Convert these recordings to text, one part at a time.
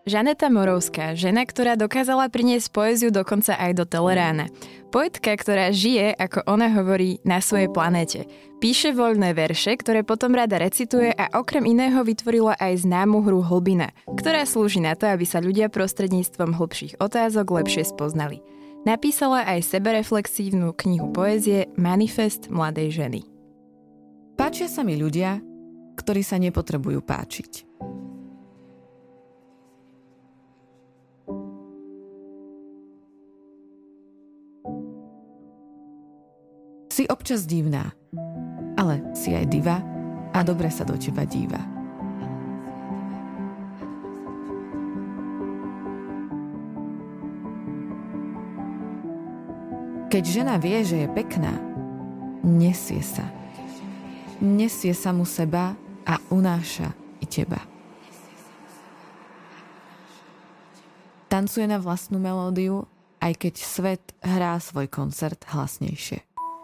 Žaneta Morovská, žena, ktorá dokázala priniesť poéziu dokonca aj do Telerána. Poetka, ktorá žije, ako ona hovorí, na svojej planéte. Píše voľné verše, ktoré potom rada recituje a okrem iného vytvorila aj známu hru Hlbina, ktorá slúži na to, aby sa ľudia prostredníctvom hlbších otázok lepšie spoznali. Napísala aj sebereflexívnu knihu poézie Manifest mladej ženy. Páčia sa mi ľudia, ktorí sa nepotrebujú páčiť. Si občas divná, ale si aj diva a dobre sa do teba díva. Keď žena vie, že je pekná, nesie sa. Nesie samu seba a unáša i teba. Tancuje na vlastnú melódiu, aj keď svet hrá svoj koncert hlasnejšie.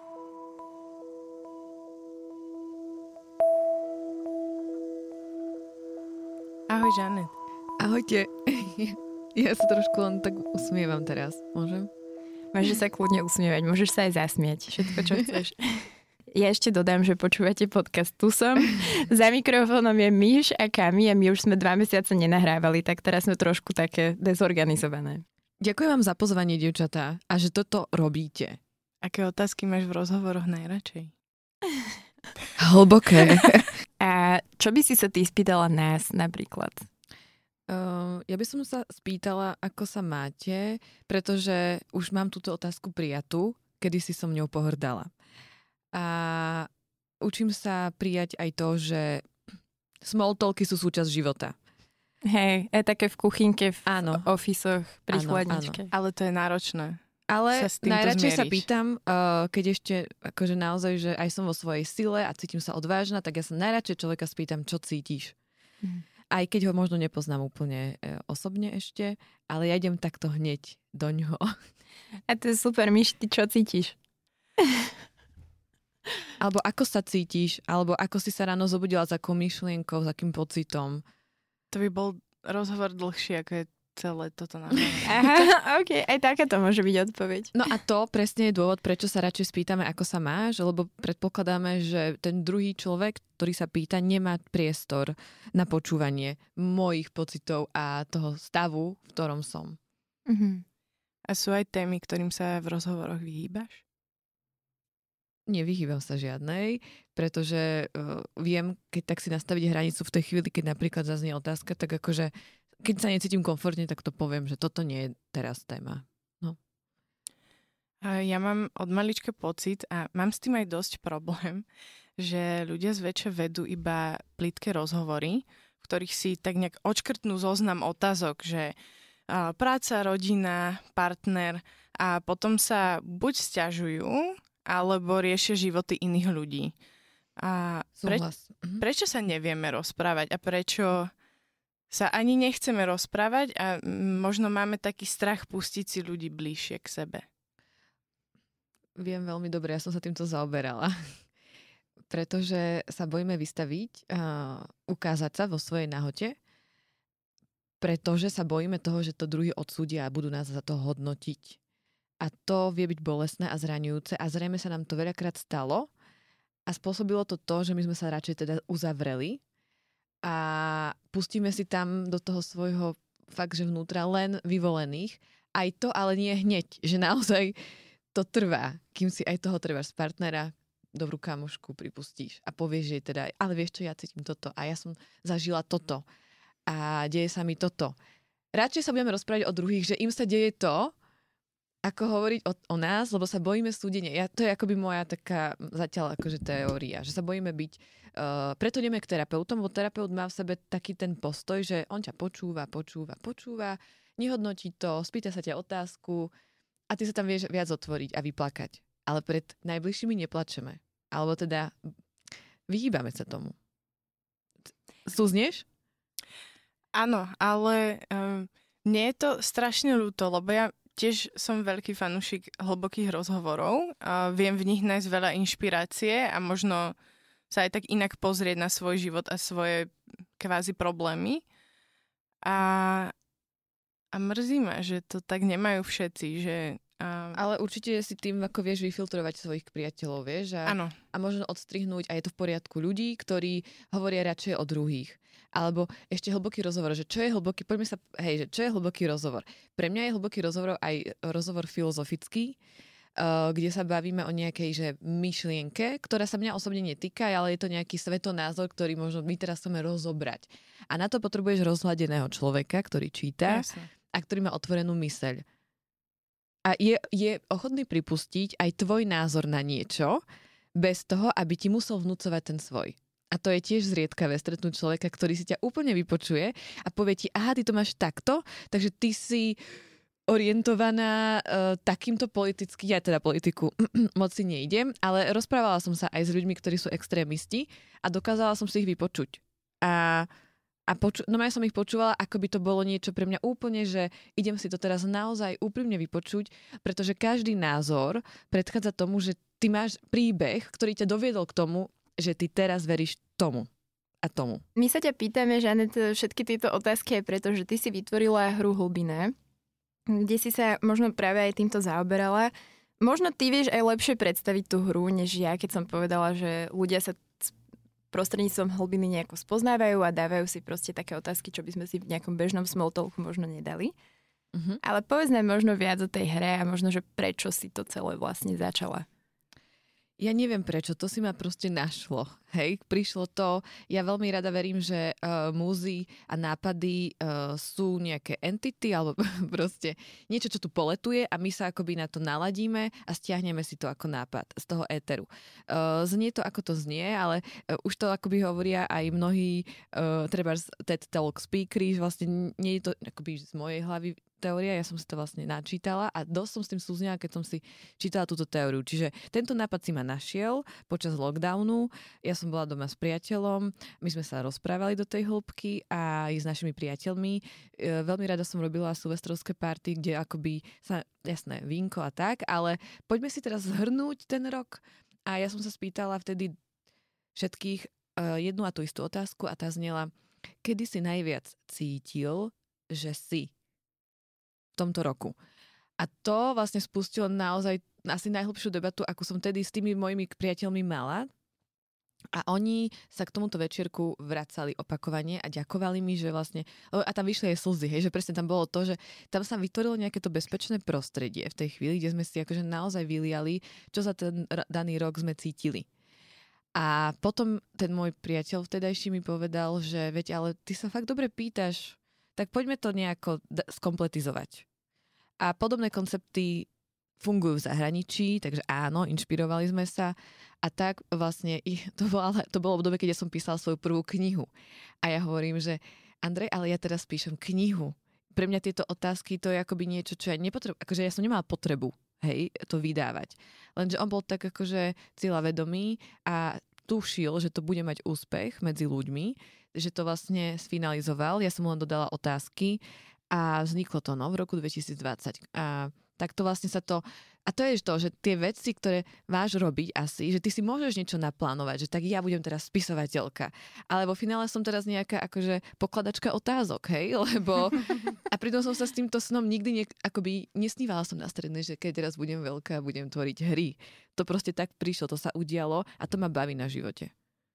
Ahoj, Žanet. Ahojte. Ja sa trošku len tak usmievam teraz. Môžem? Môžeš sa kľudne usmievať, môžeš sa aj zasmiať. Všetko, čo chceš. Ja ešte dodám, že počúvate podcast Tu som. Za mikrofónom je Míš a Kami a my už sme 2 mesiace nenahrávali, tak teraz sme trošku také dezorganizované. Ďakujem vám za pozvanie, dievčatá, a že toto robíte. Aké otázky máš v rozhovoroch najradšej? Hlboké. A čo by si sa ty spýtala nás napríklad? Ja by som sa spýtala, ako sa máte, pretože už mám túto otázku prijatú, kedy si som ňou pohrdala. A učím sa prijať aj to, že small talky sú súčasť života. Hej, aj také v kuchynke, v ofisoch, pri chladničke. Ale to je náročné. Ale najradšej sa pýtam, keď ešte akože naozaj, že aj som vo svojej sile a cítim sa odvážna, tak ja sa najradšej človeka spýtam, čo cítiš. Aj keď ho možno nepoznám úplne osobne ešte, ale ja idem takto hneď do ňoho. A to je super, Myš, ty čo cítiš? Alebo ako sa cítiš, alebo ako si sa ráno zobudila, s akou myšlienkou, s akým pocitom. To by bol rozhovor dlhší, ako je celé toto nahrávanie. Aha, okej, aj takáto môže byť odpoveď. No a to presne je dôvod, prečo sa radšej spýtame, ako sa máš, lebo predpokladáme, že ten druhý človek, ktorý sa pýta, nemá priestor na počúvanie mojich pocitov a toho stavu, v ktorom som. A sú aj témy, ktorým sa v rozhovoroch vyhýbaš? Nevyhýbam sa žiadnej, pretože viem, keď tak si nastaviť hranicu v tej chvíli, keď napríklad zaznie otázka, tak akože keď sa necítim komfortne, tak to poviem, že toto nie je teraz téma. No. Ja mám od malička pocit a mám s tým aj dosť problém, že ľudia zväčša vedú iba plitké rozhovory, v ktorých si tak nejak odškrtnú zoznam otázok, že práca, rodina, partner a potom sa buď sťažujú, alebo riešia životy iných ľudí. A prečo sa nevieme rozprávať a prečo sa ani nechceme rozprávať a možno máme taký strach pustiť si ľudí bližšie k sebe? Viem veľmi dobre, ja som sa týmto zaoberala. Pretože sa bojíme vystaviť, ukázať sa vo svojej nahote, pretože sa bojíme toho, že to druhý odsúdia a budú nás za to hodnotiť. A to vie byť bolestné a zraňujúce a zrejme sa nám to veľakrát stalo a spôsobilo to, že my sme sa radšej teda uzavreli a pustíme si tam do toho svojho fakt, že vnútra len vyvolených. Aj to, ale nie hneď, že naozaj to trvá, kým si aj toho trváš z partnera, dobrú kamošku pripustíš a povieš jej teda, ale vieš čo, ja cítim toto a ja som zažila toto a deje sa mi toto. Radšej sa budeme rozprávať o druhých, že im sa deje to, ako hovoriť o nás, lebo sa bojíme súdenia. To je akoby moja taká zatiaľ akože teória, že sa bojíme byť. Preto ideme k terapeutom, lebo terapeut má v sebe taký ten postoj, že on ťa počúva, nehodnotí to, spýta sa ťa otázku a ty sa tam vieš viac otvoriť a vyplakať. Ale pred najbližšími neplačeme. Alebo teda vyhýbame sa tomu. Súznieš? Áno, ale mne je to strašne ľúto, lebo ja tiež som veľký fanúšik hlbokých rozhovorov. Viem v nich nájsť veľa inšpirácie a možno sa aj tak inak pozrieť na svoj život a svoje kvázi problémy. A A mrzí ma, že to tak nemajú všetci, že... Ale určite si tým ako vieš vyfiltrovať svojich priateľov, vieš? Áno. A možno odstrihnúť, a je to v poriadku, ľudí, ktorí hovoria radšej o druhých. Alebo ešte hlboký rozhovor, že čo je hlboký, poďme sa, že čo je hlboký rozhovor? Pre mňa je hlboký rozhovor aj rozhovor filozofický, kde sa bavíme o nejakej že myšlienke, ktorá sa mňa osobne netýka, ale je to nejaký svetonázor, ktorý možno my teraz chceme rozobrať. A na to potrebuješ rozhľadeného človeka, ktorý číta a ktorý má otvorenú myseľ. A je ochotný pripustiť aj tvoj názor na niečo, bez toho, aby ti musel vnúcovať ten svoj. A to je tiež zriedkavé stretnúť človeka, ktorý si ťa úplne vypočuje a povie ti, aha, ty to máš takto, takže ty si orientovaná takýmto politicky, ja teda politiku moc si neidem, ale rozprávala som sa aj s ľuďmi, ktorí sú extrémisti a dokázala som si ich vypočuť. Ja som ich počúvala, ako by to bolo niečo pre mňa úplne, že idem si to teraz naozaj úprimne vypočuť, pretože každý názor predchádza tomu, že ty máš príbeh, ktorý ťa doviedol k tomu, že ty teraz veríš tomu a tomu. My sa ťa pýtame, Žanet, všetky tieto otázky aj preto, že ty si vytvorila hru Hlbina, kde si sa možno práve aj týmto zaoberala. Možno ty vieš aj lepšie predstaviť tú hru, než ja, keď som povedala, že ľudia sa prostredníctvom Hlbiny nejako spoznávajú a dávajú si proste také otázky, čo by sme si v nejakom bežnom small talku možno nedali. Uh-huh. Ale povedz nám možno viac o tej hre a možno, že prečo si to celé vlastne začala. Ja neviem prečo, to si ma proste našlo. Hej, prišlo to. Ja veľmi rada verím, že múzy a nápady sú nejaké entity alebo proste niečo, čo tu poletuje a my sa akoby na to naladíme a stiahneme si to ako nápad z toho éteru. Znie to, ako to znie, ale už to akoby hovoria aj mnohí treba TED Talk speakery, že vlastne nie je to akoby z mojej hlavy teória, ja som si to vlastne načítala a dosť som s tým súznila, keď som si čítala túto teóriu. Čiže tento nápad si ma našiel počas lockdownu. Ja som bola doma s priateľom, my sme sa rozprávali do tej hĺbky a aj s našimi priateľmi. Veľmi rada som robila silvestrovské party, kde akoby sa, jasné, vínko a tak, ale poďme si teraz zhrnúť ten rok. A ja som sa spýtala vtedy všetkých jednu a tú istú otázku a tá znela, kedy si najviac cítil, že si v tomto roku. A to vlastne spustilo naozaj asi najhlbšiu debatu, akú som tedy s tými mojimi priateľmi mala. A oni sa k tomuto večierku vracali opakovane a ďakovali mi, že vlastne... A tam vyšli aj slzy, hej, že presne tam bolo to, že tam sa vytvorilo nejaké to bezpečné prostredie v tej chvíli, kde sme si akože naozaj vyliali, čo za ten daný rok sme cítili. A potom ten môj priateľ vtedajší mi povedal, že veď, ale ty sa fakt dobre pýtaš, tak poďme to nejako skompletizovať. A podobné koncepty fungujú v zahraničí, takže áno, inšpirovali sme sa a tak vlastne to bolo v dobe, keď ja som písala svoju prvú knihu. A ja hovorím, že Andrej, ale ja teraz píšem knihu. Pre mňa tieto otázky to je akoby niečo, čo ja nepotrebujem, akože ja som nemala potrebu, hej, to vydávať. Lenže on bol tak akože cieľavedomý a tušil, že to bude mať úspech medzi ľuďmi, že to vlastne sfinalizoval. Ja som mu len dodala otázky a vzniklo to v roku 2020. A tak to vlastne sa to... A to je to, že tie veci, ktoré máš robiť asi, že ty si môžeš niečo naplánovať, že tak ja budem teraz spisovateľka. Ale vo finále som teraz nejaká akože pokladačka otázok, hej? Lebo... A pritom som sa s týmto snom nikdy akoby nesnívala som na strednej, že keď teraz budem veľká a budem tvoriť hry. To proste tak prišlo, to sa udialo a to ma baví na živote.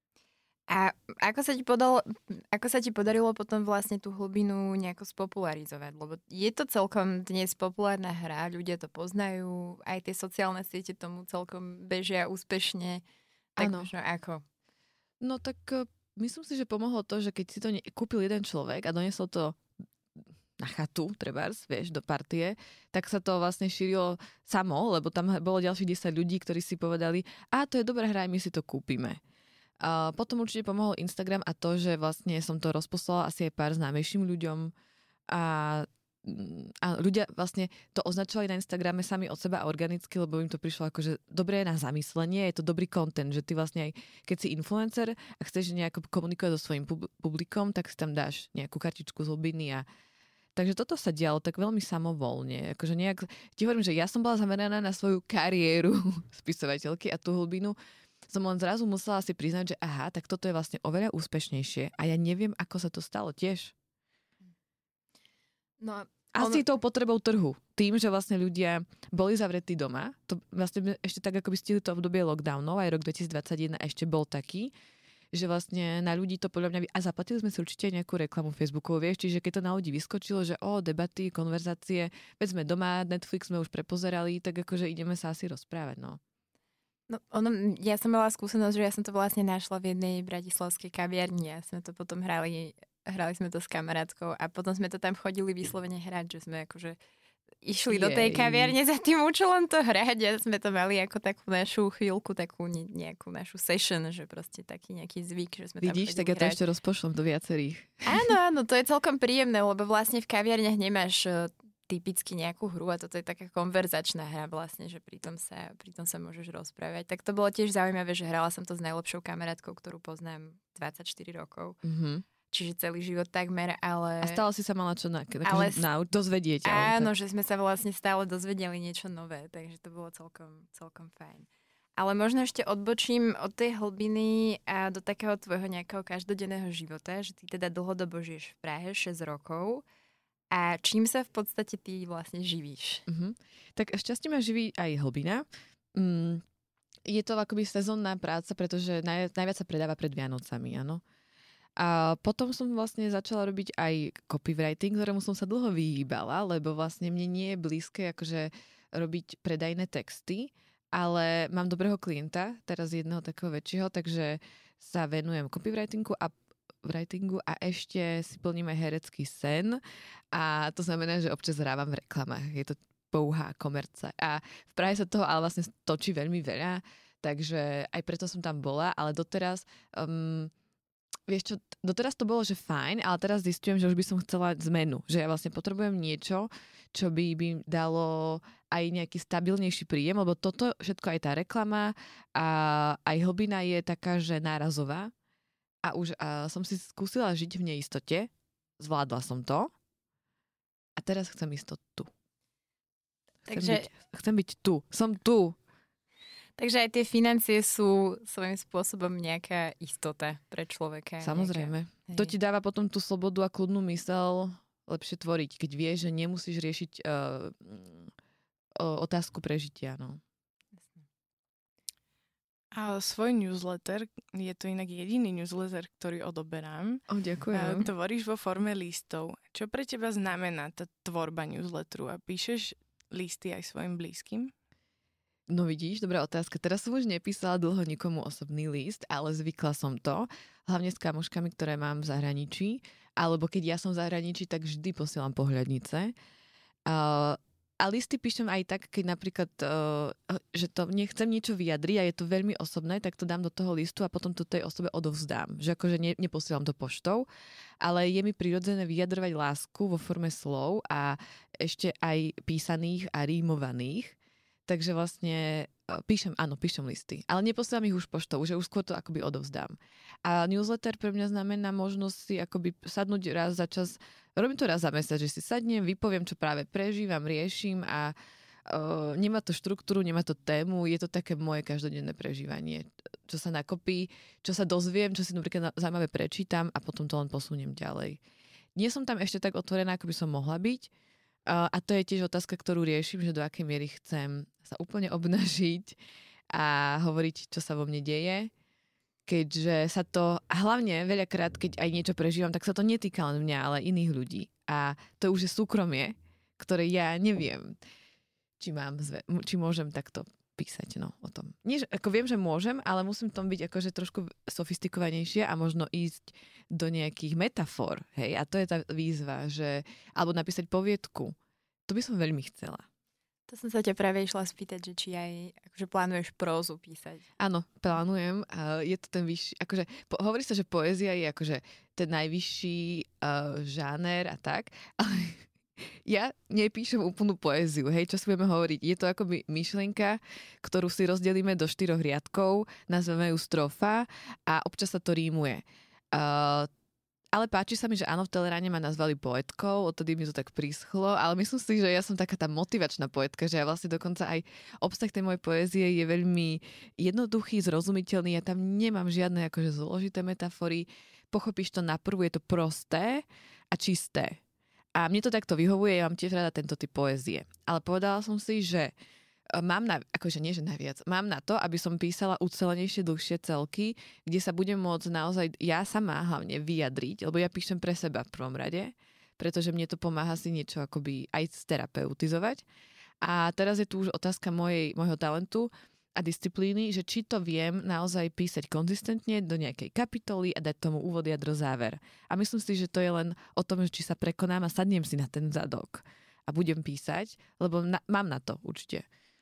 A ako sa ti podarilo potom vlastne tú Hlbinu nejako spopularizovať? Lebo je to celkom dnes populárna hra, ľudia to poznajú, aj tie sociálne siete tomu celkom bežia úspešne. Tak možno ako? No tak myslím si, že pomohlo to, že keď si to kúpil jeden človek a donesol to na chatu, trebárs, vieš, do partie, tak sa to vlastne šírilo samo, lebo tam bolo ďalších 10 ľudí, ktorí si povedali, to je dobrá hra, my si to kúpime. A potom určite pomohol Instagram a to, že vlastne som to rozposlala asi aj pár známejším ľuďom a ľudia vlastne to označovali na Instagrame sami od seba organicky, lebo im to prišlo akože dobré na zamyslenie, je to dobrý content, že ty vlastne aj keď si influencer a chceš nejako komunikovať so svojím publikom, tak si tam dáš nejakú kartičku z Hlbiny a takže toto sa dialo tak veľmi samovolne. Akože nejak, ti hovorím, že ja som bola zameraná na svoju kariéru spisovateľky a tú Hlbinu som len zrazu musela si priznať, že tak toto je vlastne oveľa úspešnejšie a ja neviem, ako sa to stalo tiež. No Asi tou potrebou trhu. Tým, že vlastne ľudia boli zavretí doma, to vlastne ešte tak ako by stihli to obdobie lockdownov, aj rok 2021 ešte bol taký, že vlastne na ľudí to podľa mňa... A zaplatili sme si určite nejakú reklamu Facebookovú, vieš, čiže keď to na ľudí vyskočilo, že debaty, konverzácie, veď sme doma, Netflix sme už prepozerali, tak akože ideme sa asi rozprávať, no. No, ja som mala skúsenosť, že ja som to vlastne našla v jednej bratislavskej kaviarni a sme to potom hrali sme to s kamarátkou a potom sme to tam chodili vyslovene hrať, že sme akože išli do tej kaviarne za tým účelom to hrať a sme to mali ako takú našu chvíľku, takú nejakú našu session, že proste taký nejaký zvyk, že sme Vidíš, tam tak ja to ešte rozpošlom do viacerých. Áno, to je celkom príjemné, lebo vlastne v kaviarniach nemáš typicky nejakú hru a toto je taká konverzačná hra vlastne, že pri tom sa môžeš rozprávať. Tak to bolo tiež zaujímavé, že hrala som to s najlepšou kamarátkou, ktorú poznám 24 rokov. Mm-hmm. Čiže celý život takmer, ale... A stále si sa mala čo dozvedieť. Áno, že sme sa vlastne stále dozvedeli niečo nové, takže to bolo celkom fajn. Ale možno ešte odbočím od tej hlbiny a do takého tvojho nejakého každodenného života, že ty teda dlhodobo žiješ v Prahe 6 rokov. A čím sa v podstate ty vlastne živíš? Tak šťastie ma živí aj hlbina. Je to akoby sezónna práca, pretože najviac sa predáva pred Vianocami, áno. A potom som vlastne začala robiť aj copywriting, ktorému som sa dlho vyhýbala, lebo vlastne mne nie je blízke akože robiť predajné texty, ale mám dobrého klienta, teraz jedného takého väčšieho, takže sa venujem copywritingu a ešte si plním aj herecký sen a to znamená, že občas hrávam v reklamách. Je to pouhá komerca. A v Prahe sa toho ale vlastne točí veľmi veľa, takže aj preto som tam bola, ale doteraz vieš čo, doteraz to bolo, že fajn, ale teraz zistujem, že už by som chcela zmenu. Že ja vlastne potrebujem niečo, čo by dalo aj nejaký stabilnejší príjem, lebo toto všetko aj tá reklama a aj hlbina je taká, že nárazová. A už som si skúsila žiť v neistote, zvládla som to a teraz chcem istotu. Chcem byť tu. Som tu. Takže aj tie financie sú svojím spôsobom nejaká istota pre človeka. Samozrejme. To ti dáva potom tú slobodu a kľudnú mysel lepšie tvoriť, keď vieš, že nemusíš riešiť otázku prežitia. No. A svoj newsletter, je to inak jediný newsletter, ktorý odoberám. Ďakujem. Tvoríš vo forme listov. Čo pre teba znamená tá tvorba newsletteru? A píšeš listy aj svojim blízkym? No vidíš, dobrá otázka. Teraz som už nepísala dlho nikomu osobný list, ale zvykla som to. Hlavne s kamoškami, ktoré mám v zahraničí. Alebo keď ja som v zahraničí, tak vždy posielam pohľadnice. A listy píšem aj tak, keď napríklad, že to nechcem niečo vyjadriť a je to veľmi osobné, tak to dám do toho listu a potom to tej osobe odovzdám. Že akože neposielam to poštou, ale je mi prirodzené vyjadrovať lásku vo forme slov a ešte aj písaných a rímovaných. Takže vlastne píšem listy. Ale neposielam ich už poštou, že už skôr to akoby odovzdám. A newsletter pre mňa znamená možnosť si akoby sadnúť raz za čas. Robím to raz za mesiac, že si sadnem, vypoviem, čo práve prežívam, riešim a nemá to štruktúru, nemá to tému, je to také moje každodenné prežívanie. Čo sa nakopí, čo sa dozviem, čo si napríklad zaujímavé prečítam a potom to len posuniem ďalej. Nie som tam ešte tak otvorená, ako by som mohla byť. A to je tiež otázka, ktorú riešim, že do akej miery chcem sa úplne obnažiť a hovoriť, čo sa vo mne deje. Keďže sa to, hlavne veľakrát, keď aj niečo prežívam, tak sa to netýka len mňa, ale iných ľudí. A to už je súkromie, ktoré ja neviem, či môžem takto písať o tom. Nie, ako viem, že môžem, ale musím tom byť akože trošku sofistikovanejšie a možno ísť do nejakých metafor, hej, a to je tá výzva, že, alebo napísať poviedku. To by som veľmi chcela. To som sa ťa práve išla spýtať, že či aj akože plánuješ prózu písať. Áno, plánujem. Je to ten vyšší, akože hovorí sa, že poézia je akože ten najvyšší žáner a tak, ale ja nepíšem úplnú poéziu, hej, čo si budeme hovoriť. Je to akoby myšlienka, ktorú si rozdelíme do 4 riadkov, nazveme ju strofa a občas sa to rímuje. Ale páči sa mi, že áno, v Teleráne ma nazvali poetkou, odtedy mi to tak prischlo, ale myslím si, že ja som taká tá motivačná poetka, že ja vlastne dokonca aj obsah tej mojej poézie je veľmi jednoduchý, zrozumiteľný, ja tam nemám žiadne akože zložité metafory, pochopíš to naprvu, je to prosté a čisté. A mne to takto vyhovuje, ja mám tiež rada tento typ poézie. Ale povedala som si, že mám mám na to, aby som písala ucelenejšie, dlhšie celky, kde sa budem môcť naozaj ja sama hlavne vyjadriť, lebo ja píšem pre seba v prvom rade, pretože mne to pomáha si niečo akoby aj sterapeutizovať. A teraz je tu už otázka môjho talentu a disciplíny, že či to viem naozaj písať konzistentne do nejakej kapitoly a dať tomu úvod, jadro, záver. A myslím si, že to je len o tom, či sa prekonám a sadnem si na ten zadok a budem písať, lebo mám na to určite.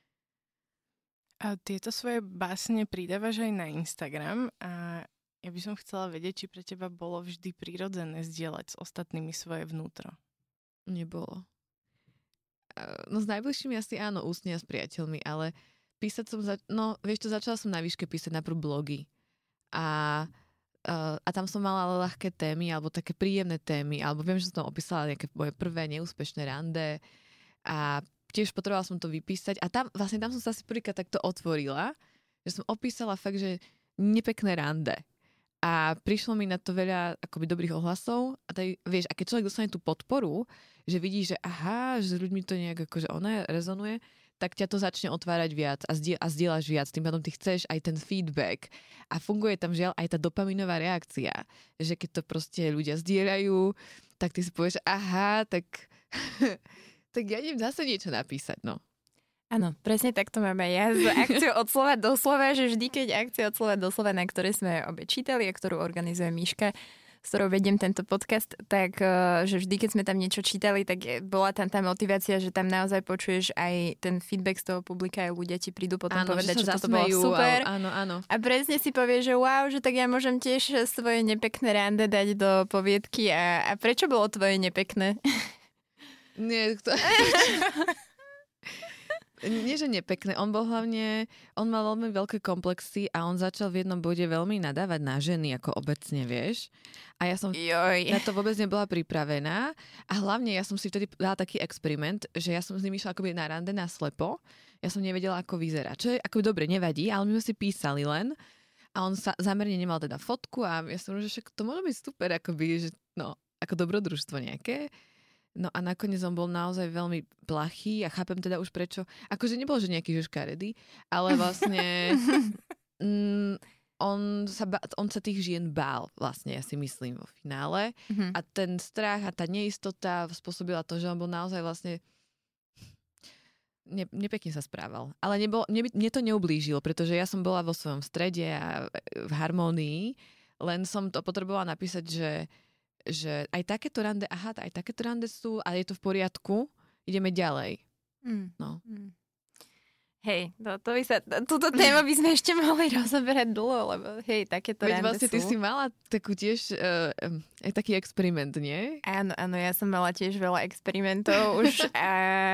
A tieto svoje básne pridávaš aj na Instagram a ja by som chcela vedieť, či pre teba bolo vždy prirodzené zdieľať s ostatnými svoje vnútro. Nebolo. No s najbližšími asi áno, ústne a s priateľmi, ale písať som, začala som na výške písať najprv blogy a tam som mala ale ľahké témy alebo také príjemné témy, alebo viem, že som tam opísala nejaké moje prvé neúspešné rande a tiež potrebovala som to vypísať a tam som sa asi prvýkrát takto otvorila, že som opísala fakt, že nepekné rande. A prišlo mi na to veľa akoby dobrých ohlasov a tady, vieš, a keď človek dostane tú podporu, že vidí, že aha, že s ľuďmi to nejak akože ona rezonuje, tak ťa to začne otvárať viac a zdieľaš viac, tým pádom ty chceš aj ten feedback a funguje tam žiaľ aj tá dopaminová reakcia, že keď to proste ľudia zdieľajú, tak ty si povieš, aha, tak tak ja idem zase niečo napísať, no. Áno, presne tak to máme ja s akciou od slova do slova, že vždy, keď akcia od slova do slova, na ktorej sme obe čítali a ktorú organizuje Miška, s ktorou vediem tento podcast, tak že vždy, keď sme tam niečo čítali, tak bola tam tá motivácia, že tam naozaj počuješ aj ten feedback z toho publika, aj ľudia ti prídu potom povedať, že toto bolo super. Áno. A presne si povieš, že wow, že tak ja môžem tiež svoje nepekné rande dať do poviedky a prečo bolo tvoje nepekné? Nie, nie, že nepekné. On mal veľmi veľké komplexy a on začal v jednom bode veľmi nadávať na ženy, ako obecne, vieš. A ja som na to vôbec nebola pripravená. A hlavne ja som si vtedy dala taký experiment, že ja som s ním išla akoby na rande na slepo. Ja som nevedela, ako vyzerá. Čo je akoby dobre, nevadí, ale my sme si písali len. A on sa zámerne nemal teda fotku a ja som že však to môže byť super, akoby, že ako dobrodružstvo nejaké. No a nakoniec on bol naozaj veľmi plachý a chápem teda už prečo. Akože nebol, že nejaký žeškaredý, ale vlastne on sa tých žien bál vlastne, ja si myslím, vo finále. A ten strach a tá neistota spôsobila to, že on bol naozaj vlastne nepekne sa správal. Ale mne to neublížilo, pretože ja som bola vo svojom strede a v harmónii, len som to potrebovala napísať, že aj takéto rande, aj takéto rande sú a je to v poriadku, ideme ďalej. No. Hej, túto tému by sme ešte mohli rozoberať dlho, lebo hej, takéto rande vlastne sú. Ty si mala takú tiež taký experiment, nie? Áno, ja som mala tiež veľa experimentov už a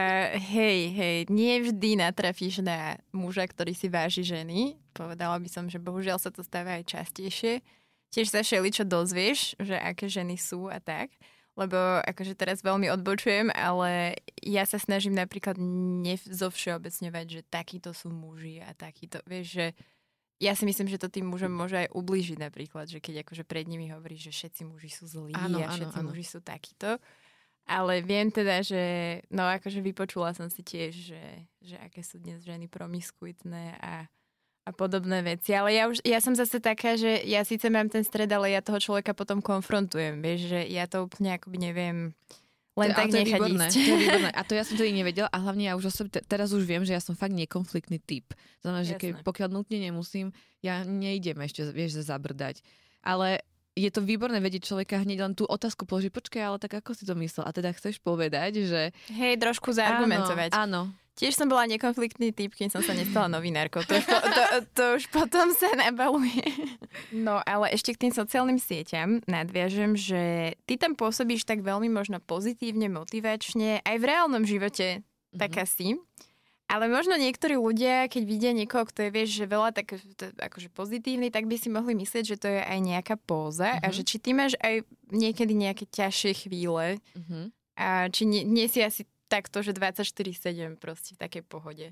hej, nie vždy natrafíš na muža, ktorý si váži ženy. Povedala by som, že bohužiaľ sa to stáva aj častejšie. Tiež sa šeličo dozvieš, že aké ženy sú a tak, lebo akože teraz veľmi odbočujem, ale ja sa snažím napríklad nezovšeobecňovať, že takíto sú muži a takíto, vieš, že ja si myslím, že to tým mužom môže aj ublížiť napríklad, že keď akože pred nimi hovoríš, že všetci muži sú zlí a všetci muži sú takíto. Ale viem teda, že akože vypočula som si tiež, že aké sú dnes ženy promiskuitné a podobné veci. Ale ja som zase taká, že ja síce mám ten stred, ale ja toho človeka potom konfrontujem. Vieš, že ja to úplne akoby neviem len tak nechať ísť. To je výborné. A to ja som tedy nevedela a hlavne ja už teraz už viem, že ja som fakt nekonfliktný typ. Znamená, že pokiaľ nutne nemusím, ja neidem ešte, vieš, zabrdať. Ale je to výborné vedieť človeka hneď len tú otázku položiť. Počkaj, ale tak ako si to myslel? A teda chceš povedať, že... Hej, trošku zaargumentovať. Áno. Tiež som bola nekonfliktný typ, kým som sa nestala novinárkou. To už potom sa nabaluje. No, ale ešte k tým sociálnym sieťam nadviažem, že ty tam pôsobíš tak veľmi možno pozitívne, motivačne, aj v reálnom živote taká si. Ale možno niektorí ľudia, keď vidia niekoho, kto je, vieš, že veľa tak akože pozitívny, tak by si mohli myslieť, že to je aj nejaká póza a že či ty máš aj niekedy nejaké ťažšie chvíle a či nie si asi takto, že 24/7 proste v takej pohode.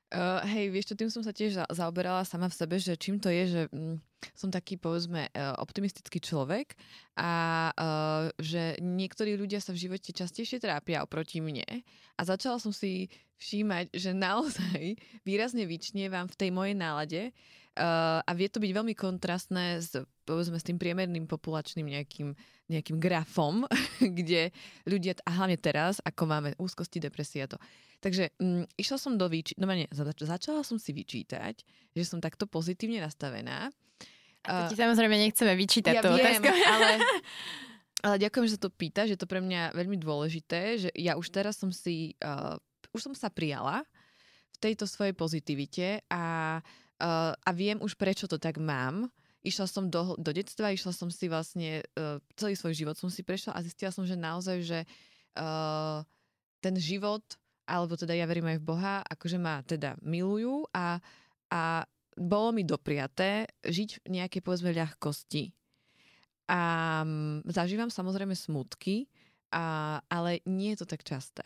Hej, vieš čo, tým som sa tiež zaoberala sama v sebe, že čím to je, že som taký, povedzme, optimistický človek a že niektorí ľudia sa v živote častejšie trápia oproti mne a začala som si všímať, že naozaj výrazne vyčnievam v tej mojej nálade a vie to byť veľmi kontrastné povedzme, s tým priemerným populačným nejakým grafom, kde ľudia, a hlavne teraz, ako máme úzkosti, depresie a to. Takže išla som začala som si vyčítať, že som takto pozitívne nastavená. A to ti samozrejme nechceme vyčítať tú otázku. Ale ďakujem, že sa to pýta, že to pre mňa veľmi dôležité, že ja už teraz už som sa prijala v tejto svojej pozitivite a viem už, prečo to tak mám. Išla som do detstva, išla som si vlastne, celý svoj život som si prešla a zistila som, že naozaj, že ten život, alebo teda ja verím aj v Boha, akože ma teda milujú a bolo mi dopriaté žiť v nejakej, povedzme, ľahkosti. A zažívam samozrejme smutky, ale nie je to tak časté.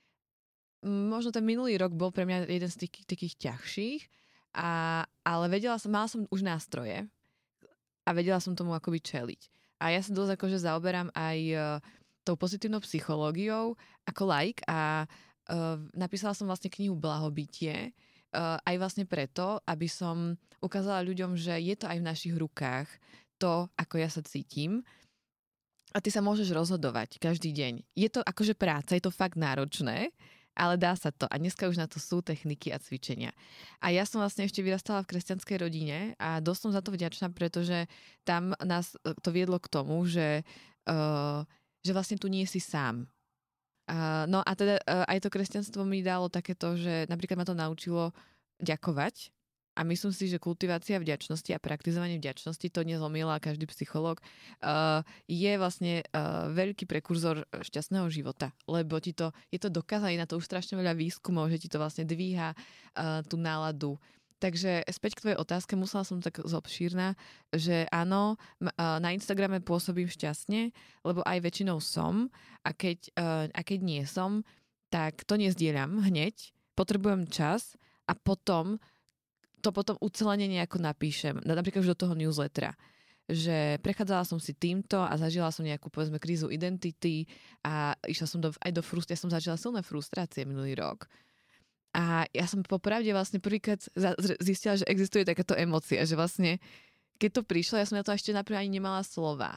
Možno ten minulý rok bol pre mňa jeden z takých ťažších, ale mala som už nástroje a vedela som tomu akoby čeliť. A ja sa dosť akože zaoberám aj tou pozitívnou psychológiou ako laik a napísala som vlastne knihu Blahobytie, aj vlastne preto, aby som ukázala ľuďom, že je to aj v našich rukách to, ako ja sa cítim a ty sa môžeš rozhodovať každý deň. Je to akože práca, je to fakt náročné, ale dá sa to a dneska už na to sú techniky a cvičenia. A ja som vlastne ešte vyrastala v kresťanskej rodine a dosť som za to vďačná, pretože tam nás to viedlo k tomu, že vlastne tu nie si sám. No a teda aj to kresťanstvo mi dalo takéto, že napríklad ma to naučilo ďakovať a myslím si, že kultivácia vďačnosti a praktizovanie vďačnosti, to nezlomila každý psychológ, je vlastne veľký prekurzor šťastného života, lebo je to dokázané, na to už strašne veľa výskumov, že ti to vlastne dvíha tú náladu. Takže späť k tvojej otázke, musela som tak zobšírna, že áno, na Instagrame pôsobím šťastne, lebo aj väčšinou som a keď nie som, tak to nezdieľam hneď, potrebujem čas a potom ucelenie nejako napíšem, napríklad už do toho newslettera, že prechádzala som si týmto a zažila som nejakú, povedzme, krízu identity a išla som aj do frustrácie, ja som zažila silné frustrácie minulý rok. A ja som popravde vlastne prvýkrát zistila, že existuje takáto emócia, že vlastne, keď to prišlo, ja som na to ešte napríklad ani nemala slova.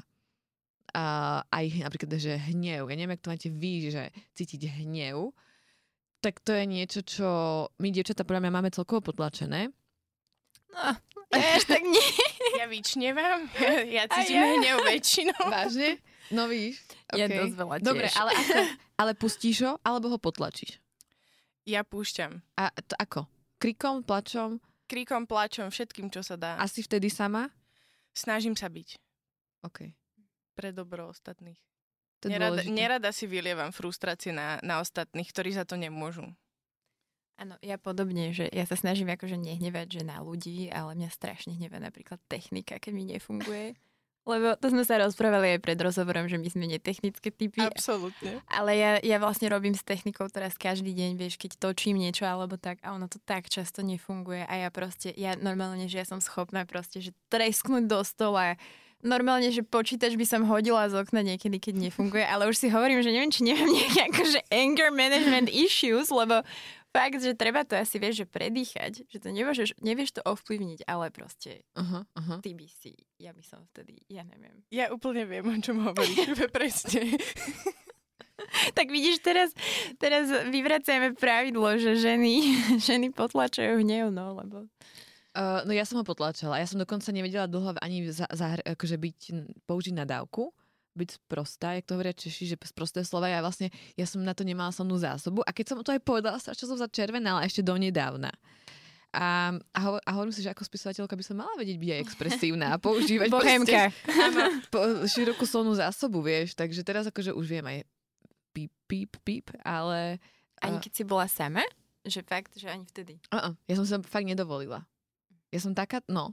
Aj napríklad, že hnev. Ja neviem, jak to máte vy, že cítiť hnev. Tak to je niečo, čo my, dievčatá, podľa mňa máme celkovo potlačené. No, ja tak nie. Ja vyčnevam, ja cítim hnev väčšinou. Vážne? No víš. Okay. Ja dosť veľa tiež. Dobre, ale pustíš ho, alebo ho potlačíš? Ja púšťam. A to ako? Krikom, plačom? Krikom, plačom, všetkým, čo sa dá. A si vtedy sama? Snažím sa byť. OK. Pre dobro ostatných. Nerada si vylievam frustrácie na ostatných, ktorí za to nemôžu. Áno, ja podobne, že ja sa snažím akože nehnevať, že na ľudí, ale mňa strašne hnevá napríklad technika, keď mi nefunguje. Lebo to sme sa rozprávali aj pred rozhovorom, že my sme netechnické typy. Absolútne. Ale ja vlastne robím s technikou teraz každý deň, vieš, keď točím niečo alebo tak a ono to tak často nefunguje a ja normálne, že ja som schopná proste, že tresknúť do stola. Normálne, že počítač by som hodila z okna niekedy, keď nefunguje, ale už si hovorím, že neviem, či nemám nejaké akože anger management issues, lebo fakt, že treba to asi, vieš, že predýchať, že to nevieš to ovplyvniť, ale proste ty by si, ja by som vtedy, ja neviem. Ja úplne viem, o čom hovoríš, presne. Tak vidíš, teraz vyvracajme pravidlo, že ženy potlačajú hnev, no, lebo... No ja som ho potlačala. Ja som dokonca nevedela dlho ani akože použiť nadávku, byť sprostá, jak to hovoria Češi, že sprosté slova. Ja som na to nemala slovnú zásobu a keď som to aj povedala, strašne som začervenala ešte donedávna. A hovorím si, že ako spisovateľka by som mala vedieť byť aj expresívna a používať bohémka. Širokú slovnú zásobu, vieš. Takže teraz akože už viem aj píp, ale... Ani keď si bola sama? Že fakt, že ani vtedy? Ja som sa fakt nedovolila. Ja som taká, no...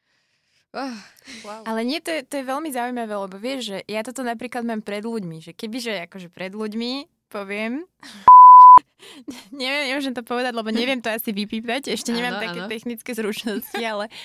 Wow. Ale nie, to je veľmi zaujímavé, lebo vieš, že ja toto napríklad mám pred ľuďmi, že kebyže akože pred ľuďmi poviem, Nemôžem to povedať, lebo neviem to asi vypípať. Ešte nemám také áno. technické zručnosti,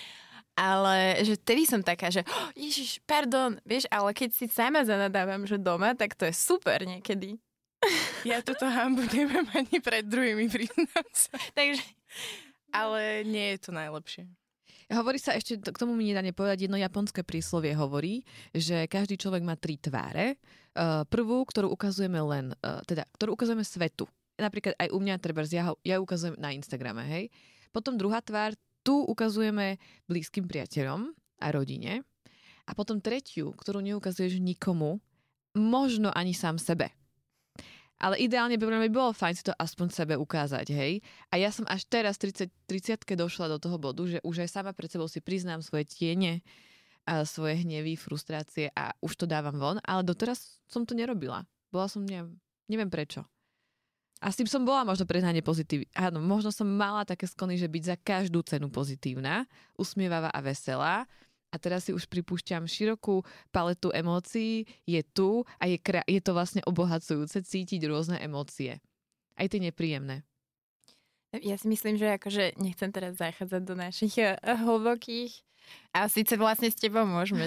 ale že tedy som taká, že ježiš, pardon, vieš, ale keď si sama zanadávam, že doma, tak to je super niekedy. Ja túto hanbu neviem ani pred druhými, priznám sa. Takže Ale nie je to najlepšie. Hovorí sa ešte, k tomu mi nedá nepovedať, jedno japonské príslovie hovorí, že každý človek má 3 tváre. Prvú, ktorú ukazujeme ktorú ukazujeme svetu. Napríklad aj u mňa, ja ukazujem na Instagrame, hej. Potom druhá tvár, tu ukazujeme blízkym priateľom a rodine. A potom tretiu, ktorú neukazuješ nikomu, možno ani sám sebe. Ale ideálne by bolo fajn si to aspoň sebe ukázať, hej. A ja som až teraz 30-ke došla do toho bodu, že už aj sama pred sebou si priznám svoje tiene, a svoje hnevy, frustrácie a už to dávam von, ale doteraz som to nerobila. Bola som, neviem prečo. A s tým som bola možno prehnane pozitívna. Áno, možno som mala také sklony, že byť za každú cenu pozitívna, usmievavá a veselá. A teraz si už pripúšťam širokú paletu emócií, je tu a je to vlastne obohacujúce cítiť rôzne emócie. Aj tie nepríjemné. ja si myslím, že akože nechcem teraz zachádzať do našich hlbokých, a síce vlastne s tebou môžeme,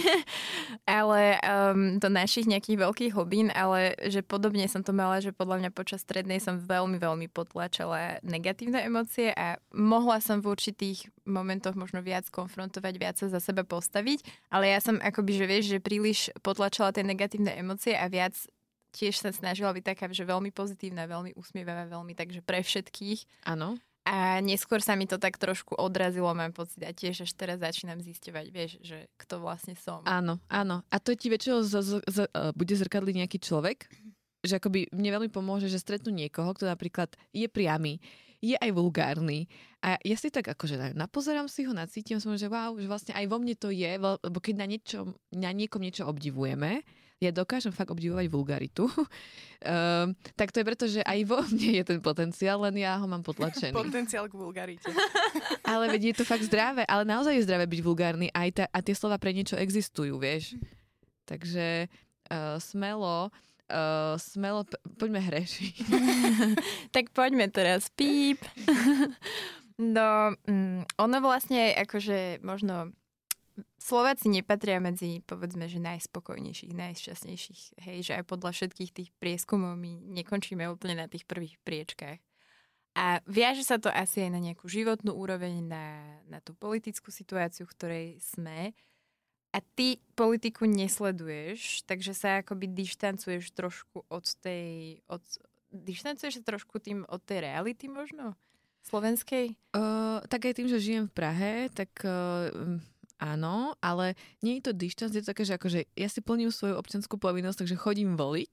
ale do našich nejakých veľkých hlbín, ale že podobne som to mala, že podľa mňa počas strednej som veľmi, veľmi potlačala negatívne emócie a mohla som v určitých momentoch možno viac konfrontovať, viac sa za seba postaviť, ale ja som akoby, že vieš, že príliš potlačala tie negatívne emócie a viac tiež sa snažila byť taká, že veľmi pozitívna, veľmi usmievavá, veľmi takže pre všetkých. Áno. A neskôr sa mi to tak trošku odrazilo, mám pocit. A tiež až teraz začínam zisťovať, vieš, že kto vlastne som. Áno, áno. A to ti väčšinou bude zrkadliť nejaký človek, že akoby mne veľmi pomôže, že stretnú niekoho, kto napríklad je priamy, je aj vulgárny. A ja si tak akože napozerám si ho, nacítim som, že wow, že vlastne aj vo mne to je, lebo keď na niekom niečo obdivujeme, ja dokážem fakt obdivovať vulgaritu, tak to je preto, že aj vo mne je ten potenciál, len ja ho mám potlačený. Potenciál k vulgarite. Ale veď je to fakt zdravé, ale naozaj je zdravé byť vulgárny a tie slova pre niečo existujú, vieš. Takže smelo, poďme hrešiť. Tak poďme teraz, píp. No, ono vlastne akože možno Slováci nepatria medzi, povedzme, že najspokojnejších, najšťastnejších. Hej, že aj podľa všetkých tých prieskumov my nekončíme úplne na tých prvých priečkách. A viaže sa to asi aj na nejakú životnú úroveň, na tú politickú situáciu, v ktorej sme. A ty politiku nesleduješ, takže sa akoby dištancuješ trošku dištancuješ sa trošku tým od tej reality možno? Slovenskej? Tak aj tým, že žijem v Prahe, tak áno, ale nie je to dištanc, je to také, že akože ja si plním svoju občiansku povinnosť, takže chodím voliť,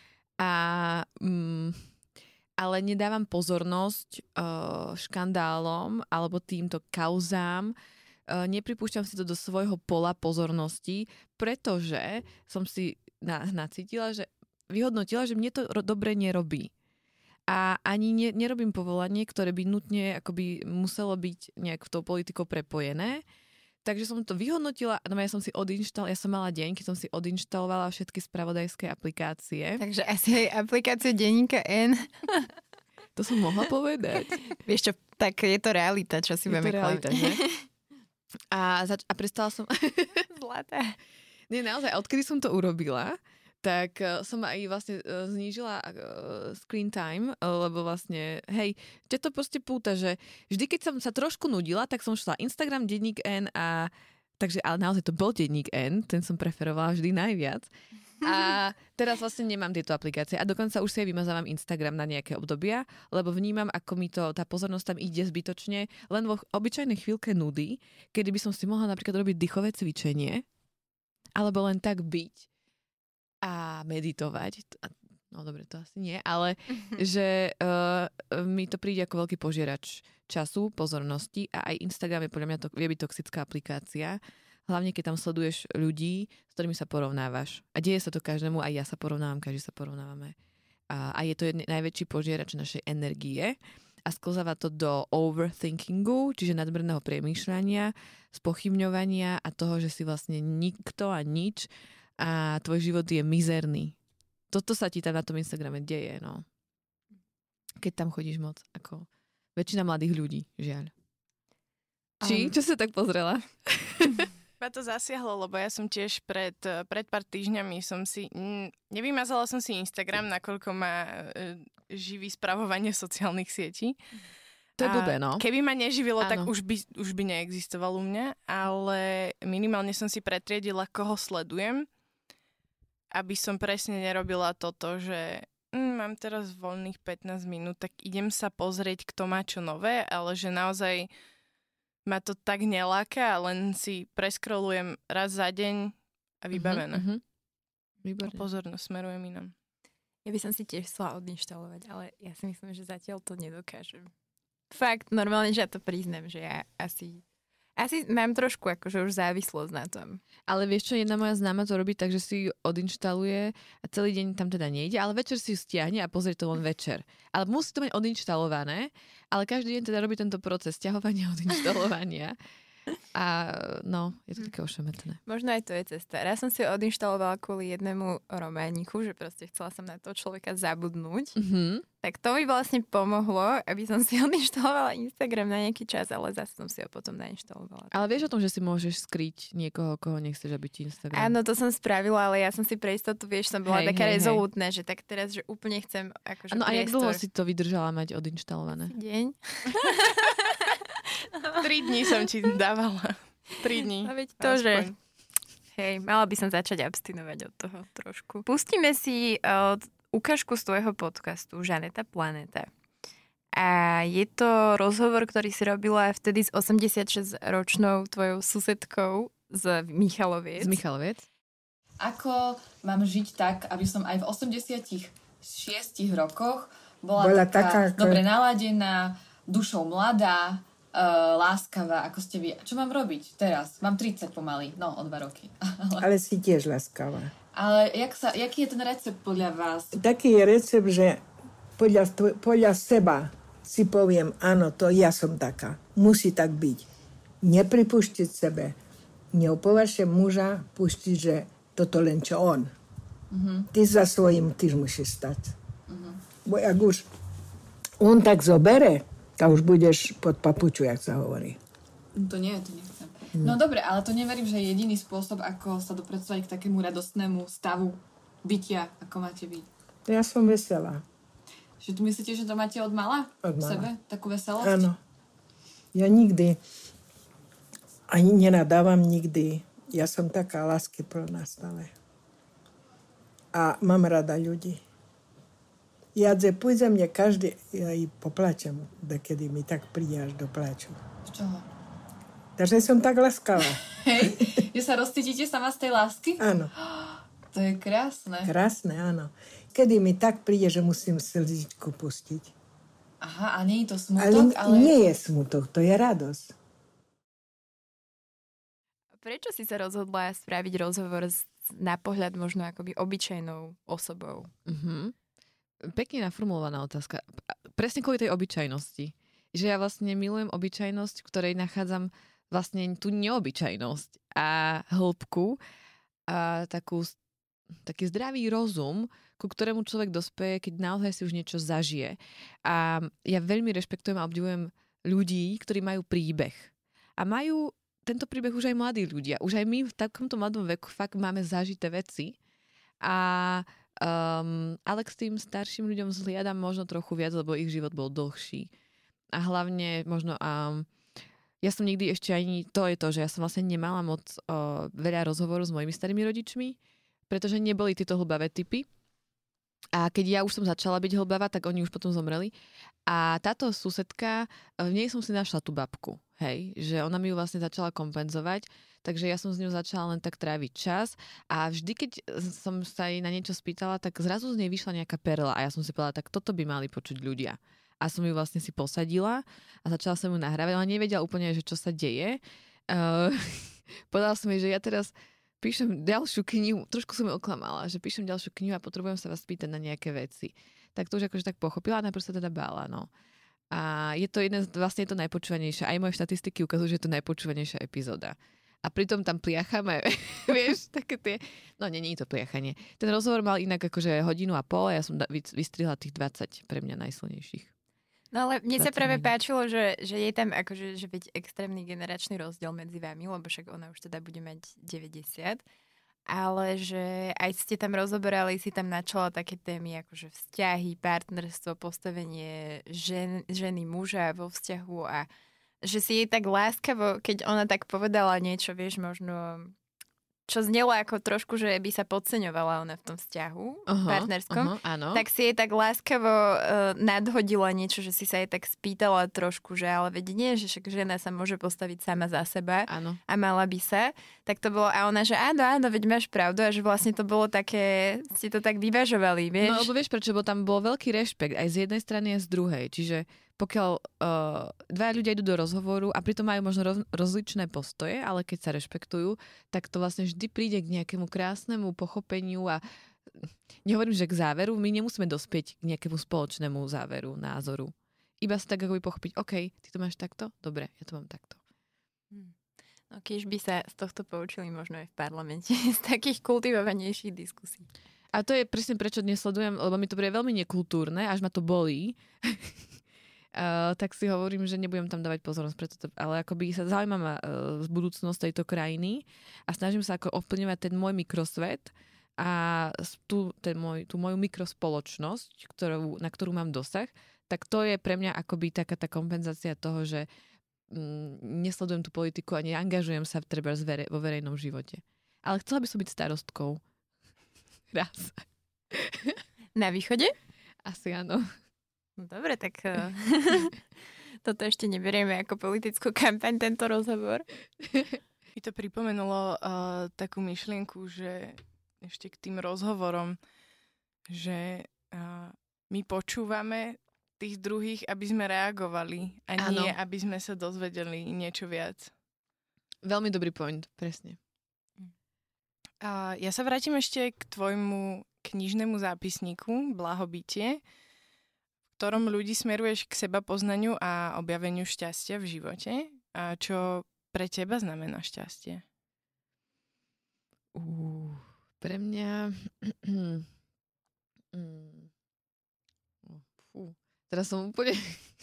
ale nedávam pozornosť škandálom alebo týmto kauzám, nepripúšťam si to do svojho pola pozornosti, pretože som si nacítila, že vyhodnotila, že mne to dobre nerobí. A ani nerobím povolanie, ktoré by nutne akoby muselo byť nejak v tou politikou prepojené. Takže som to vyhodnotila, no ja som mala deň, keď som si odinštalovala všetky spravodajské aplikácie. Takže asi aj aplikáciu denníka N. To som mohla povedať. Vieš čo, tak je to realita, čo si budeme realita, ne? A prestala som... Zlatá. Nie, naozaj, odkedy som to urobila, tak som aj vlastne znížila screen time, lebo vlastne, hej, že to proste púta, že vždy, keď som sa trošku nudila, tak som šla Instagram, denník N takže, ale naozaj to bol denník N, ten som preferovala vždy najviac. A teraz vlastne nemám tieto aplikácie a dokonca už si aj vymazávam Instagram na nejaké obdobia, lebo vnímam, ako mi tá pozornosť tam ide zbytočne, len vo obyčajnej chvíľke nudy, kedy by som si mohla napríklad robiť dýchové cvičenie, alebo len tak byť a meditovať. No dobre, to asi nie, ale že mi to príde ako veľký požierač času, pozornosti a aj Instagram je podľa mňa vie byť toxická aplikácia. Hlavne, keď tam sleduješ ľudí, s ktorými sa porovnávaš. A deje sa to každému, aj ja sa porovnávam, každý sa porovnávame. A je to najväčší požierač našej energie a sklzáva to do overthinkingu, čiže nadmerného premýšľania, spochybňovania a toho, že si vlastne nikto a nič a tvoj život je mizerný. Toto sa ti tam na tom Instagrame deje, no. keď tam chodíš moc, ako väčšina mladých ľudí, žiaľ. Čo sa tak pozrela? Ma to zasiahlo, lebo ja som tiež pred pár týždňami nevymazala som si Instagram, nakoľko ma živí spravovanie sociálnych sietí. To je blbé, no. Keby ma neživilo, tak už by neexistoval u mňa, ale minimálne som si pretriedila, koho sledujem, aby som presne nerobila toto, že mám teraz voľných 15 minút, tak idem sa pozrieť, kto má čo nové, ale že naozaj ma to tak neláka, len si preskrolujem raz za deň a vybavené. Výborné. Pozornosť smerujem inam. Ja by som si tiež chcela odinštalovať, ale ja si myslím, že zatiaľ to nedokážem. Fakt, normálne, že ja to priznám, že ja asi mám trošku akože už závislosť na tom. Ale vieš čo, jedna moja známa to robí tak, že si ju odinštaluje a celý deň tam teda nejde, ale večer si ju stiahne a pozrie to len večer. Ale musí to mať odinštalované, ale každý deň teda robí tento proces stiahovania a odinštalovania. A no, je to také ošemetné. Možno aj to je cesta. Raz som si odinštalovala kvôli jednému romániku, že proste chcela som na toho človeka zabudnúť. Tak to mi vlastne pomohlo, aby som si odinštalovala Instagram na nejaký čas, ale zase som si ho potom nainštalovala. Ale vieš o tom, že si môžeš skryť niekoho, koho nechceš, aby ti Instagram... Áno, to som spravila, ale ja som si pre istotu, vieš, som bola taká rezolútna, že tak teraz, že úplne chcem akože no a jak dlho si to vydržala mať odinštalované? Deň. 3 dní som ti dávala. 3 dní. A veď to, že... Hej, mala by som začať abstinovať od toho trošku. Pustíme si ukážku z tvojho podcastu Žaneta Planéta. A je to rozhovor, ktorý si robila vtedy s 86-ročnou tvojou susedkou z Michaloviec. Z Michaloviec. Ako mám žiť tak, aby som aj v 86 rokoch bola taká dobre naladená, dušou mladá, láskavá, ako ste vy. Čo mám robiť teraz? Mám 30 pomaly, no o 2 roky. Ale si tiež láskavá. Ale jaký je ten recept podľa vás? Taký je recept, že podľa seba si poviem, áno, to ja som taká. Musí tak byť. Nepripúštiť sebe. Neupovažte muža pustiť, že toto len čo on. Ty za svojím tiež musíš stať. Bo ak už on tak zobere, tak už budeš pod papuču, jak sa hovorí. To nechcem. No dobre, ale to neverím, že je jediný spôsob, ako sa dopracovať k takému radostnému stavu bytia, ako máte vy. Ja som veselá. Že tu myslíte, že to máte od mala? Od v mala. sebe? Takú veselosť? Áno. Ja nikdy ani nenadávam nikdy. Ja som taká láskyplná stále. A mám rada ľudí. Jadze, pôjde mne každý, ja i poplačem, kedy mi tak príde až do pláču. Z čoho? Takže som tak láskavá. Hej, že sa rozcítite sama z tej lásky? Áno. To je krásne. Krásne, áno. Kedy mi tak príde, že musím slzičku pustiť. Aha, a nie je to smutok, ale... Nie je smutok, to je radosť. Prečo si sa rozhodla spraviť rozhovor na pohľad možno akoby obyčajnou osobou? Pekne naformulovaná otázka. Presne kvôli tej obyčajnosti. Že ja vlastne milujem obyčajnosť, v ktorej nachádzam vlastne tú neobyčajnosť a hĺbku a taký zdravý rozum, ku ktorému človek dospeje, keď naozaj si už niečo zažije. A ja veľmi rešpektujem a obdivujem ľudí, ktorí majú príbeh. A majú tento príbeh už aj mladí ľudia. Už aj my v takomto mladom veku fakt máme zažité veci. Ale k tým starším ľuďom zliadam možno trochu viac, lebo ich život bol dlhší. A hlavne možno... ja som nikdy ešte ani... To je to, že ja som vlastne nemala moc veľa rozhovorov s mojimi starými rodičmi, pretože neboli tieto hlbavé typy. A keď ja už som začala byť hlbavá, tak oni už potom zomreli. A táto susedka, v nej som si našla tú babku. Hej, že ona mi ju vlastne začala kompenzovať, takže ja som s ňou začala len tak tráviť čas a vždy, keď som sa jej na niečo spýtala, tak zrazu z nej vyšla nejaká perla a ja som si povedala, tak toto by mali počuť ľudia. A som ju vlastne si posadila a začala som ju nahrávať, ale nevedela úplne, že čo sa deje. Povedala som jej, že ja teraz píšem ďalšiu knihu, trošku som ju oklamala, že píšem ďalšiu knihu a potrebujem sa vás spýtať na nejaké veci. Tak to už akože tak pochopila a najprv sa teda bála, no. A je to vlastne je to najpočúvanejšia. Aj moje štatistiky ukazujú, že je to najpočúvanejšia epizóda. a pritom tam pliachame, vieš, také tie... No, nie je to pliachanie. Ten rozhovor mal inak akože 1.5 hodiny a ja som vystrihla tých 20 pre mňa najsilnejších. No ale mne sa práve páčilo, že je tam akože že veď extrémny generačný rozdiel medzi vami, lebo však ona už teda bude mať 90, ale že aj ste tam rozoberali, si tam načala také témy akože vzťahy, partnerstvo, postavenie ženy, muža vo vzťahu a že si jej tak láskavo, keď ona tak povedala niečo, vieš, možno čo znelo ako trošku, že by sa podceňovala ona v tom vzťahu partnerskom, tak si jej tak láskavo nadhodila niečo, že si sa jej tak spýtala trošku, že ale veď nie, že však žena sa môže postaviť sama za seba a mala by sa. Tak to bolo a ona, že áno, veď máš pravdu a že vlastne to bolo také, ste to tak vyvažovali, vieš? No, lebo vieš prečo, bo tam bol veľký rešpekt aj z jednej strany a z druhej, čiže pokiaľ dvaja ľudia idú do rozhovoru a pritom majú možno rozličné postoje, ale keď sa rešpektujú, tak to vlastne vždy príde k nejakému krásnemu pochopeniu a nehovorím, že k záveru, my nemusíme dospieť k nejakému spoločnému záveru, názoru. Iba sa tak akoby pochopiť, OK, ty to máš takto? Dobre, ja to mám takto. No keď by sa z tohto poučili možno aj v parlamente, z takých kultivovanejších diskusí. A to je presne prečo dnes sledujem, lebo mi to bude veľmi nekultúrne, až ma to bolí. Tak si hovorím, že nebudem tam dávať pozornosť, ale akoby sa zaujímam z budúcnosť tejto krajiny a snažím sa ako ovplyvňovať ten môj mikrosvet a tú moju mikrospoločnosť, na ktorú mám dosah, tak to je pre mňa akoby taká tá kompenzácia toho, že nesledujem tú politiku a neangažujem sa vo verejnom živote. Ale chcela by som byť starostkou. Raz. Na východe? Asi áno. No dobre, tak toto ešte neberieme ako politickú kampaň, tento rozhovor. Mi to pripomenulo takú myšlienku, že ešte k tým rozhovorom, že my počúvame tých druhých, aby sme reagovali a nie, aby sme sa dozvedeli niečo viac. Veľmi dobrý point, presne. Ja sa vrátim ešte k tvojmu knižnému zápisníku Blahobytie, v ktorom ľudí smeruješ k seba poznaniu a objaveniu šťastia v živote. A čo pre teba znamená šťastie? Pre mňa... Teraz som úplne...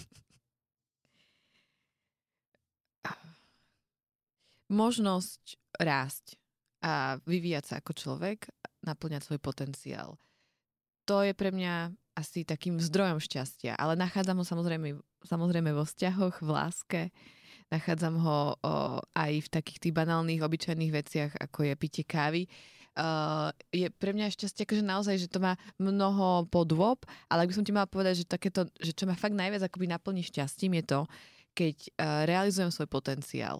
Možnosť rásť a vyvíjať sa ako človek, naplňať svoj potenciál. To je pre mňa asi takým zdrojom šťastia, ale nachádzam ho samozrejme vo vzťahoch, v láske, nachádzam ho aj v takých tých banálnych, obyčajných veciach, ako je pitie kávy. Je pre mňa šťastie, akože naozaj, že to má mnoho podôb, ale ak by som ti mala povedať, že takéto, že čo ma fakt najviac akoby naplní šťastím, je to, keď realizujem svoj potenciál.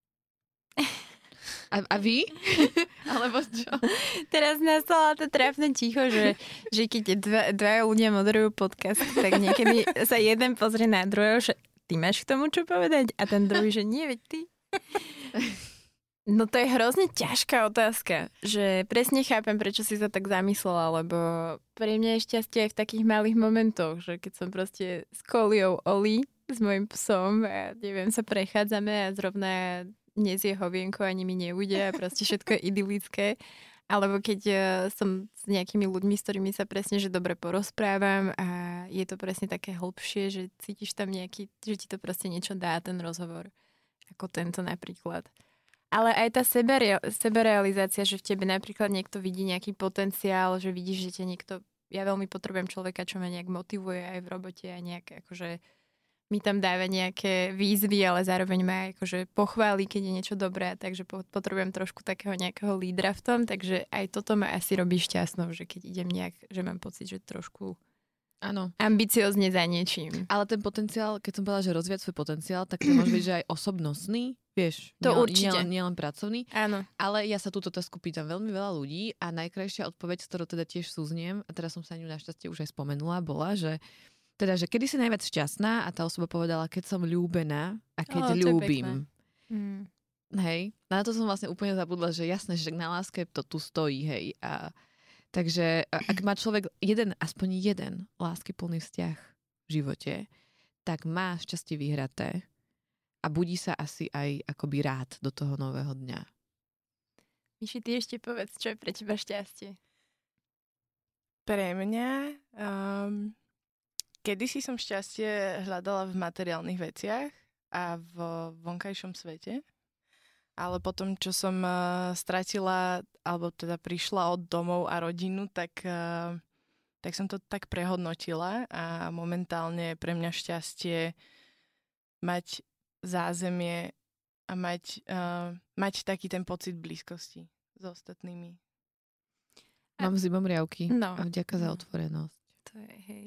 A vy? Alebo čo? Teraz nastala to trápne ticho, že keď dvaja ľudia moderujú podcast, tak niekedy sa jeden pozrie na druhého, že ty máš k tomu čo povedať? A ten druhý, že nie, veď ty. No to je hrozne ťažká otázka, že presne chápem, prečo si sa tak zamyslela, lebo pre mňa je šťastie aj v takých malých momentoch, že keď som proste s Koliou Oli, s mojim psom a neviem, sa prechádzame a zrovna nezie hovienko, ani mi neujde a proste všetko je idylické. Alebo keď som s nejakými ľuďmi, s ktorými sa presne, že dobre porozprávam a je to presne také hlbšie, že cítiš tam že ti to proste niečo dá, ten rozhovor. Ako tento napríklad. Ale aj tá sebarealizácia, že v tebe napríklad niekto vidí nejaký potenciál, že vidíš, že ťa niekto... Ja veľmi potrebujem človeka, čo ma nejak motivuje aj v robote a nejak akože mi tam dáva nejaké výzvy, ale zároveň ma akože pochváli, keď je niečo dobré, takže potrebujem trošku takého nejakého lídra v tom, takže aj toto ma asi robí šťastnou, že keď idem nejak, že mám pocit, že trošku ambiciozne za niečím. Ale ten potenciál, keď som povedala, že rozvíjať svoj potenciál, tak to môže byť, že aj osobnostný, vieš, to určite. Nielen pracovný. Áno. Ale ja sa túto otázku pýtam veľmi veľa ľudí a najkrajšia odpoveď, s ktorou teda tiež súzniem, a teraz som sa ňu našťastie už aj spomenula, bola, že kedy si najviac šťastná a tá osoba povedala, keď som ľúbená a keď ľúbim. Hej. Na to som vlastne úplne zabudla, že jasné, že na láske to tu stojí, hej. Takže ak má človek aspoň jeden láskyplný vzťah v živote, tak má šťastie vyhraté. a budí sa asi aj akoby rád do toho nového dňa. Miši, ty ešte povedz, čo je pre teba šťastie? Pre mňa kedysi som šťastie hľadala v materiálnych veciach a v vonkajšom svete. Ale potom, čo som stratila, alebo teda prišla od domov a rodinu, tak som to tak prehodnotila a momentálne je pre mňa šťastie mať zázemie a mať taký ten pocit blízkosti s ostatnými. Mám zimomriavky No. a vďaka za otvorenosť. To je, hej.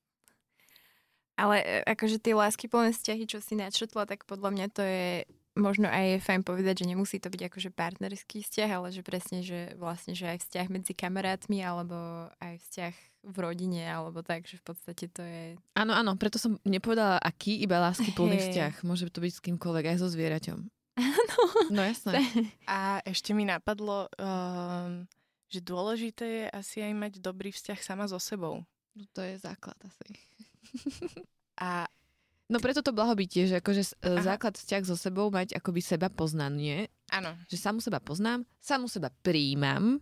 Ale akože tie láskyplné vzťahy, čo si načrtla, tak podľa mňa to je možno aj je fajn povedať, že nemusí to byť akože partnerský vzťah, ale že presne, že vlastne, že aj vzťah medzi kamarátmi alebo aj vzťah v rodine, alebo tak, že v podstate to je... Áno, preto som nepovedala aký, iba láskyplný vzťah. Môže to byť s kýmkoľvek, aj so zvieraťom. Áno. No jasné. A ešte mi napadlo, že dôležité je asi aj mať dobrý vzťah sama so sebou. No to je základ asi. A no preto to blahobytie, že akože základ vzťah so sebou mať akoby seba poznanie. áno. Že samu seba poznám, samu seba prijímam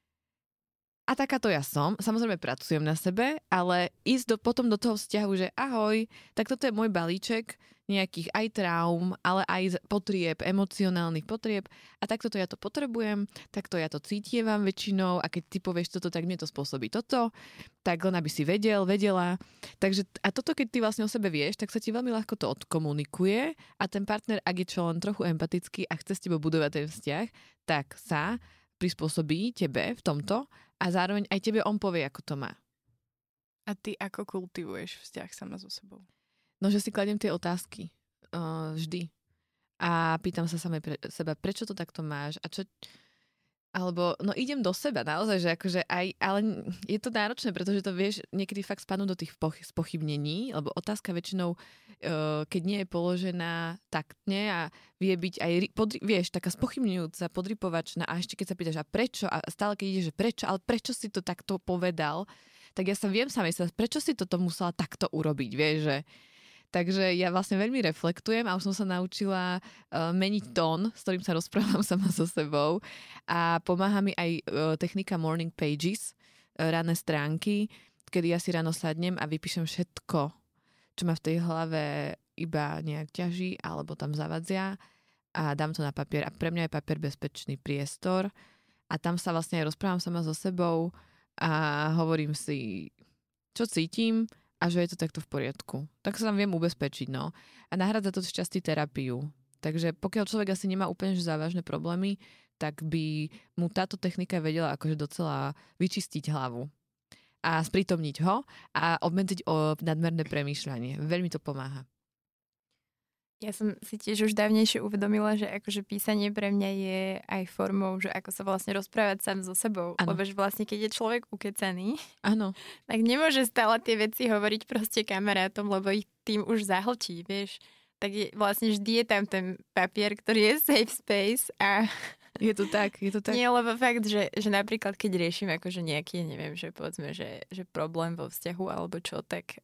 a takáto ja som. Samozrejme pracujem na sebe, ale ísť potom do toho vzťahu, že ahoj, tak toto je môj balíček nejakých aj traum, ale aj potrieb, emocionálnych potrieb a takto ja to potrebujem, takto ja to cítievam väčšinou a keď ty povieš toto, tak mne to spôsobí toto, tak len aby si vedela. Takže a toto, keď ty vlastne o sebe vieš, tak sa ti veľmi ľahko to odkomunikuje a ten partner, ak je čo len trochu empatický a chce s tebou budovať ten vzťah, tak sa prispôsobí tebe v tomto a zároveň aj tebe on povie, ako to má. A ty ako kultivuješ vzťah sama so sebou? No, že si kladiem tie otázky vždy. A pýtam sa samej seba, prečo to takto máš? A čo... Alebo, no idem do seba naozaj, že akože aj, ale je to náročné, pretože to vieš niekedy fakt spadnúť do tých spochybnení, lebo otázka väčšinou, keď nie je položená taktne a vie byť aj, vieš, taká spochybňujúca, podripovačná a ešte keď sa pýtaš, a prečo? A stále keď ideš, že prečo? Ale prečo si to takto povedal? Tak ja sa viem samej sa, prečo si toto musela takto urobiť, vieš, že... Takže ja vlastne veľmi reflektujem a už som sa naučila meniť tón, s ktorým sa rozprávam sama so sebou a pomáha mi aj technika morning pages, ranné stránky, kedy ja si ráno sadnem a vypíšem všetko, čo ma v tej hlave iba nejak ťaží alebo tam zavadzia a dám to na papier. A pre mňa je papier bezpečný priestor a tam sa vlastne aj rozprávam sama so sebou a hovorím si, čo cítim, a že je to takto v poriadku. Tak sa tam viem ubezpečiť, no. A nahrádza to šťastí terapiu. Takže pokiaľ človek asi nemá úplne závažné problémy, tak by mu táto technika vedela akože docela vyčistiť hlavu. A sprítomniť ho a obmedziť o nadmerné premýšľanie. Veľmi to pomáha. Ja som si tiež už dávnejšie uvedomila, že akože písanie pre mňa je aj formou, že ako sa vlastne rozprávať sám so sebou. Ano. Lebo že vlastne keď je človek ukecaný, ano. Tak nemôže stále tie veci hovoriť proste kamarátom, lebo ich tým už zahlčí, vieš. Tak je, vlastne vždy je tam ten papier, ktorý je safe space a... Je to tak. Nie, lebo fakt, že napríklad keď riešim akože nejaký, neviem, že povedzme, že problém vo vzťahu alebo čo, tak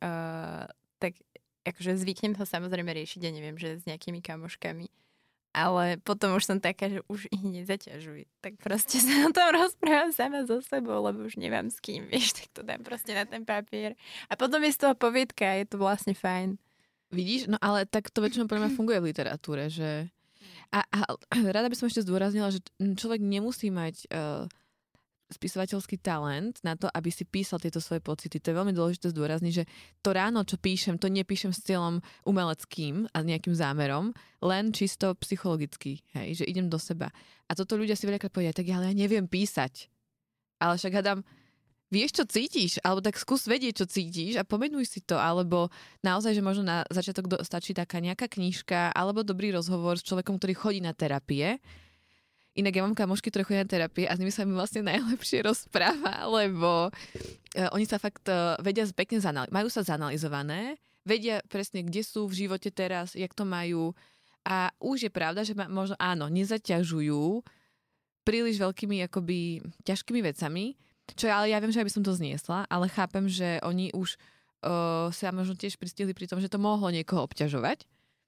akože zvyknem ho samozrejme riešiť, ja neviem, že s nejakými kamoškami. Ale potom už som taká, že už ich nezaťažuj. Tak proste sa o tom rozprávam sama so sebou, lebo už nemám s kým, vieš, tak to dám proste na ten papier. A potom je z toho poviedka a je to vlastne fajn. Vidíš? No ale tak to väčšinou pre mňa funguje v literatúre, že... A rada by som ešte zdôraznila, že človek nemusí mať... spisovateľský talent na to, aby si písal tieto svoje pocity. To je veľmi dôležité zdôrazniť, že to ráno, čo píšem, to nepíšem s cieľom umeleckým a nejakým zámerom, len čisto psychologicky, hej, že idem do seba. A toto ľudia si veľakrát povedia, tak ale ja neviem písať. Ale však hádam, vieš, čo cítiš, alebo tak skús vedieť, čo cítiš a pomenuj si to, alebo naozaj, že možno na začiatok stačí taká nejaká knižka, alebo dobrý rozhovor s človekom, ktorý chodí na terapie. Inak ja mám kamošky, ktoré chodia na terapie a s nimi sa mi vlastne najlepšie rozpráva, lebo oni sa fakt vedia pekne majú sa zanalizované, vedia presne, kde sú v živote teraz, jak to majú a už je pravda, že možno áno, nezaťažujú príliš veľkými akoby ťažkými vecami, čo ale ja viem, že by som to zniesla, ale chápem, že oni už sa možno tiež pristihli pri tom, že to mohlo niekoho obťažovať.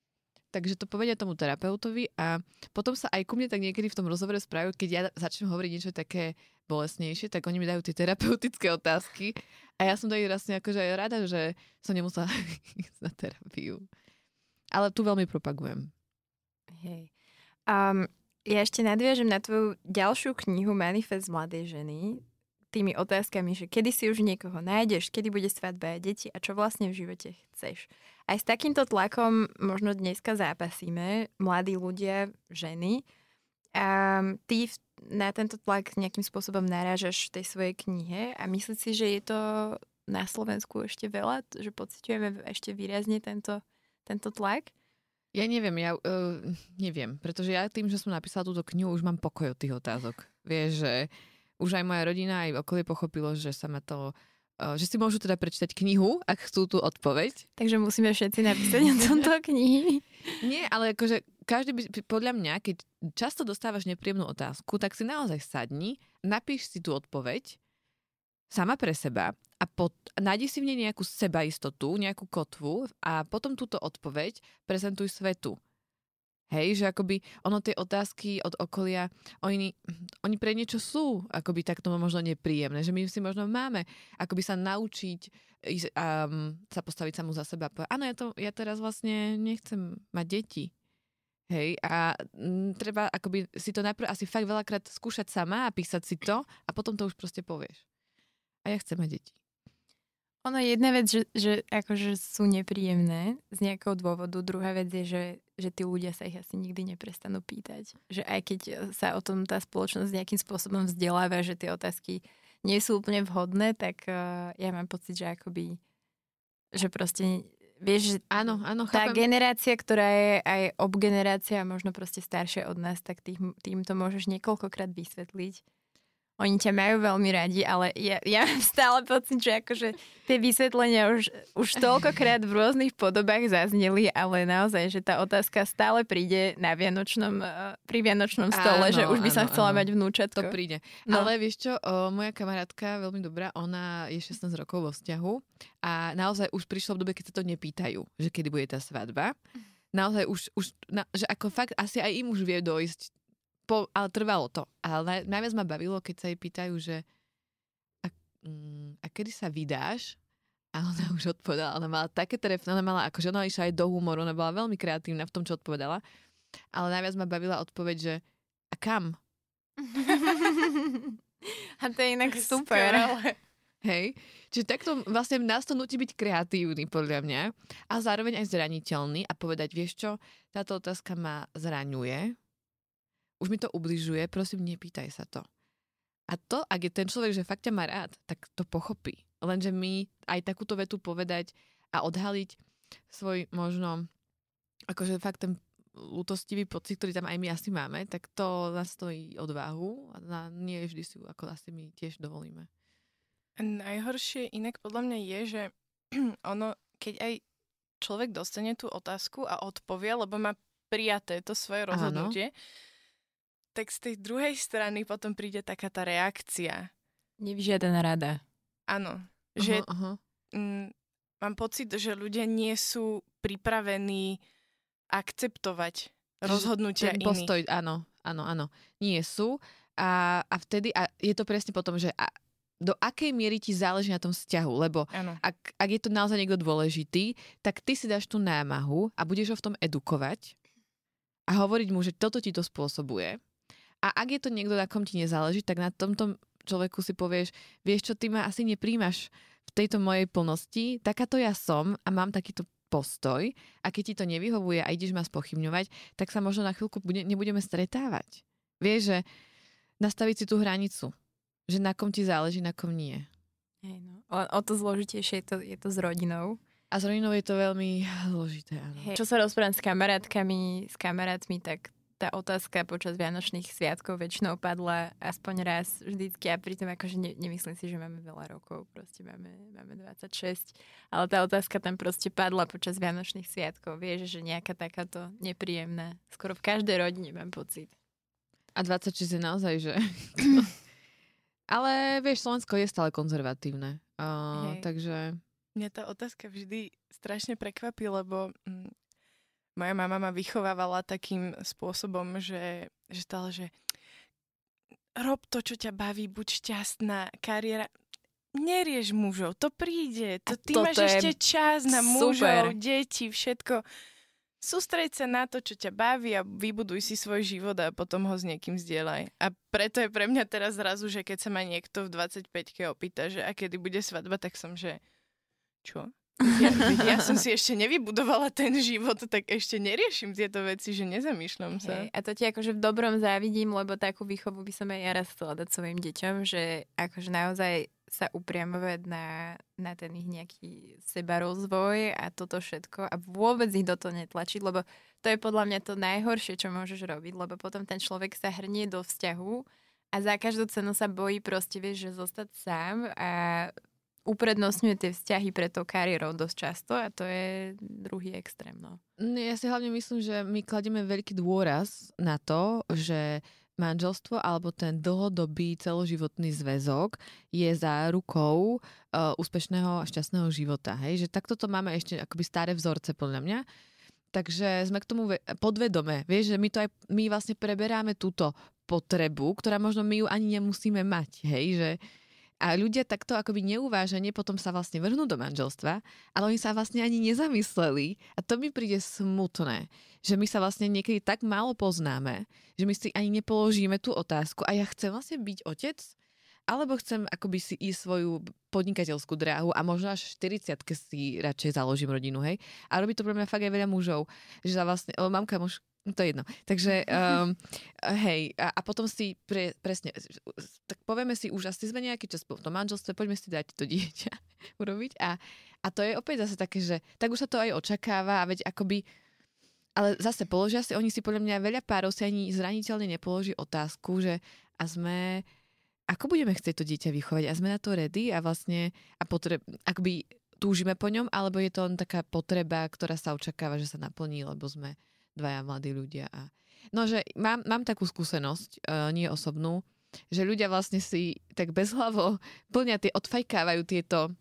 takže to povedia tomu terapeutovi a potom sa aj ku mne tak niekedy v tom rozhovore správajú, keď ja začnem hovoriť niečo také bolestnejšie, tak oni mi dajú tie terapeutické otázky a ja som tak vlastne akože aj rada, že som nemusela ísť na terapiu. Ale tu veľmi propagujem. Hej. Ja ešte nadviažem na tvoju ďalšiu knihu Manifest mladej ženy tými otázkami, že kedy si už niekoho nájdeš, kedy bude svadba a deti a čo vlastne v živote chceš. Aj s takýmto tlakom možno dneska zápasíme, mladí ľudia, ženy. A ty na tento tlak nejakým spôsobom narážaš v tej svojej knihe a myslíš si, že je to na Slovensku ešte veľa, že pociťujeme ešte výrazne tento tlak? Ja neviem, neviem, pretože ja tým, že som napísala túto knihu, už mám pokoj od tých otázok. Vieš, že už aj moja rodina, aj okolie pochopilo, že sa ma to, že si môžu teda prečítať knihu, ak chcú tú odpoveď. Takže musíme všetci napísať o tomto knihy. Nie, ale akože každý by, podľa mňa, keď často dostávaš nepríjemnú otázku, tak si naozaj sadni, napíš si tú odpoveď sama pre seba a nájdi si v nej nejakú sebaistotu, nejakú kotvu a potom túto odpoveď prezentuj svetu. Hej, že akoby ono tie otázky od okolia, oni pre niečo sú akoby takto možno nepríjemné, že my si možno máme akoby sa naučiť sa postaviť samu za seba. Áno, ja teraz vlastne nechcem mať deti. Hej, a treba akoby si to najprv asi fakt veľakrát skúšať sama a písať si to a potom to už proste povieš. A ja chcem mať deti. Ono jedna vec, že akože sú nepríjemné z nejakého dôvodu. Druhá vec je, že tí ľudia sa ich asi nikdy neprestanú pýtať. Že aj keď sa o tom tá spoločnosť nejakým spôsobom vzdeláva, že tie otázky nie sú úplne vhodné, tak ja mám pocit, že akoby, že proste, vieš, že áno, tá chápem. generácia, ktorá je aj obgenerácia, možno proste staršia od nás, tak tým to môžeš niekoľkokrát vysvetliť. Oni ťa majú veľmi radi, ale ja mám stále pocit, že akože tie vysvetlenia už toľkokrát v rôznych podobách zazneli, ale naozaj, že tá otázka stále príde pri Vianočnom stole, že už by som chcela mať vnúčatko. To príde. No. Ale vieš čo, moja kamarátka, veľmi dobrá, ona je 16 rokov vo vzťahu a naozaj už prišlo v dobe, keď sa to nepýtajú, že kedy bude tá svadba. Naozaj že ako fakt asi aj im už vie dojsť, ale trvalo to. Ale najviac ma bavilo, keď sa jej pýtajú, že a kedy sa vydáš? A ona už odpovedala. Ona mala také trefné, akože ona išla aj do humoru, ona bola veľmi kreatívna v tom, čo odpovedala. Ale najviac ma bavila odpoveď, že a kam? A to je inak super. Hej. Čiže takto vlastne nás to nutí byť kreatívny, podľa mňa. A zároveň aj zraniteľný a povedať, vieš čo, táto otázka ma zraňuje. Už mi to ubližuje, prosím, nepýtaj sa to. A to, ak je ten človek, že fakt ťa má rád, tak to pochopí. Lenže my aj takúto vetu povedať a odhaliť svoj možno, akože fakt ten ľútostivý pocit, ktorý tam aj my asi máme, tak to nás stojí odvahu a nie vždy si ju ako asi my tiež dovolíme. A najhoršie inak podľa mňa je, že ono, keď aj človek dostane tú otázku a odpovie, lebo má prijaté to svoje rozhodnutie, tak z tej druhej strany potom príde taká tá reakcia. Nevyžiadaná rada. Áno. Že mám pocit, že ľudia nie sú pripravení akceptovať rozhodnutia iných. Postoj, áno. Nie sú. A vtedy, a je to presne potom, že do akej miery ti záleží na tom vzťahu, lebo ak je to naozaj niekto dôležitý, tak ty si dáš tú námahu a budeš ho v tom edukovať a hovoriť mu, že toto ti to spôsobuje. A ak je to niekto, na kom ti nezáleží, tak na tomto človeku si povieš, vieš čo, ty ma asi nepríjmaš v tejto mojej plnosti, takáto ja som a mám takýto postoj a keď ti to nevyhovuje a ideš ma spochybňovať, tak sa možno na chvíľku nebudeme stretávať. Vieš, že nastaviť si tú hranicu, že na kom ti záleží, na kom nie. Hej, no. O to zložitejšie je to s rodinou. A s rodinou je to veľmi zložité, áno. Hej. Čo sa rozprávam s kamarátmi, tak tá otázka počas Vianočných sviatkov väčšinou padla aspoň raz vždycky a pritom akože nemyslím si, že máme veľa rokov, proste máme 26, ale tá otázka tam proste padla počas Vianočných sviatkov, vieš, že nejaká takáto nepríjemná, skoro v každej rodine mám pocit. A 26 je naozaj, že... Ale vieš, Slovensko je stále konzervatívne, takže... Mňa tá otázka vždy strašne prekvapí, lebo moja mama ma vychovávala takým spôsobom, že stále, že rob to, čo ťa baví, buď šťastná, kariéra. Nerieš mužov, to príde. Ty máš ešte čas na mužov, deti, všetko. Sústreď sa na to, čo ťa baví a vybuduj si svoj život a potom ho s niekým zdieľaj. A preto je pre mňa teraz zrazu, že keď sa ma niekto v 25-ke opýta, že a kedy bude svadba, tak som, že čo? Ja som si ešte nevybudovala ten život, tak ešte neriešim tieto veci, že nezamýšľam sa. A to ti akože v dobrom závidím, lebo takú výchovu by som aj ja raz chcela dať svojim deťom, že akože naozaj sa upriamovať na ten ich nejaký sebarozvoj a toto všetko a vôbec ich do toho netlačiť, lebo to je podľa mňa to najhoršie, čo môžeš robiť, lebo potom ten človek sa hrnie do vzťahu a za každú cenu sa bojí proste, vieš, že zostať sám a uprednostňuje tie vzťahy pred tou kariérou dosť často a to je druhý extrém. No. Ja si hlavne myslím, že my kladieme veľký dôraz na to, že manželstvo alebo ten dlhodobý celoživotný zväzok je zárukou úspešného a šťastného života. Hej? Že takto to máme ešte akoby staré vzorce podľa mňa. Takže sme k tomu podvedome. Vieš, že my vlastne preberáme túto potrebu, ktorá možno my ju ani nemusíme mať. Hej? Že a ľudia takto akoby neuvážene potom sa vlastne vrhnú do manželstva, ale oni sa vlastne ani nezamysleli a to mi príde smutné, že my sa vlastne niekedy tak málo poznáme, že my si ani nepoložíme tú otázku a ja chcem vlastne byť otec, alebo chcem akoby si ísť svoju podnikateľskú dráhu a možno až 40-ke si radšej založím rodinu, hej. A robí to pre mňa fakt aj veľa mužov, že sa vlastne, mamka muž, to je jedno. Takže, hej, a potom si presne, tak povieme si už asi sme nejaký čas po tom manželstve, poďme si dať to dieťa urobiť. A to je opäť zase také, že tak už sa to aj očakáva a veď akoby, ale zase položia si, oni si podľa mňa veľa párov si ani zraniteľne nepoloží otázku, že ako budeme chcieť to dieťa vychovať a sme na to ready a vlastne akoby túžime po ňom, alebo je to len taká potreba, ktorá sa očakáva, že sa naplní, lebo sme dvaja mladí ľudia. No, že mám takú skúsenosť, nie osobnú, že ľudia vlastne si tak bezhlavo odfajkávajú tieto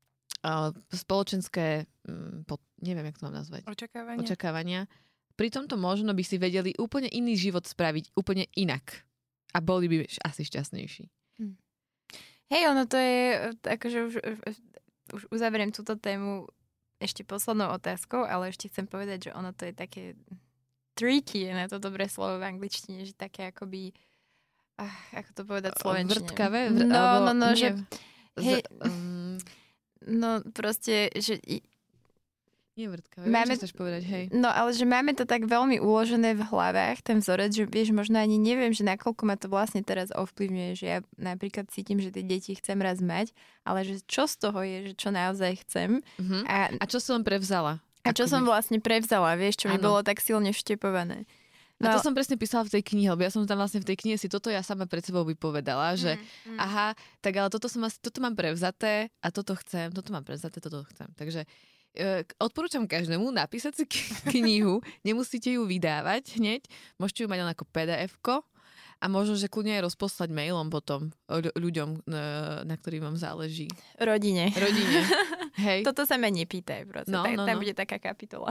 spoločenské, neviem, jak to mám nazvať. Očakávania. Pritom to možno by si vedeli úplne iný život spraviť, úplne inak. A boli by asi šťastnejší. Hej, ono to je, akože už uzavriem túto tému ešte poslednou otázkou, ale ešte chcem povedať, že ono to je také tricky, je na to dobré slovo v angličtine, že také akoby, ako to povedať v slovenčine? Vrtkavé? Že no proste, že nie vrtkavé, máme, čo chceš povedať, hej. No ale že máme to tak veľmi uložené v hlavách, ten vzorec, že vieš, možno ani neviem, že nakoľko ma to vlastne teraz ovplyvňuje, že ja napríklad cítim, že tie deti chcem raz mať, ale že čo z toho je, že čo naozaj chcem. Uh-huh. A čo som prevzala? A čo som vlastne prevzala, vieš, čo mi bolo tak silne vštepované. No, a to som presne písala v tej knihe, lebo ja som tam vlastne v tej knihe si toto ja sama pred sebou vypovedala, že aha, tak ale toto mám prevzaté a toto chcem, toto mám prevzaté, toto chcem. Takže odporúčam každému napísať si knihu, nemusíte ju vydávať hneď, môžete ju mať len ako PDF-ko a možno, že kľudne aj rozposlať mailom potom ľuďom, na ktorým vám záleží. Rodine. Hej. Toto sa ma nepýtaj, proste. Tam bude taká kapitola.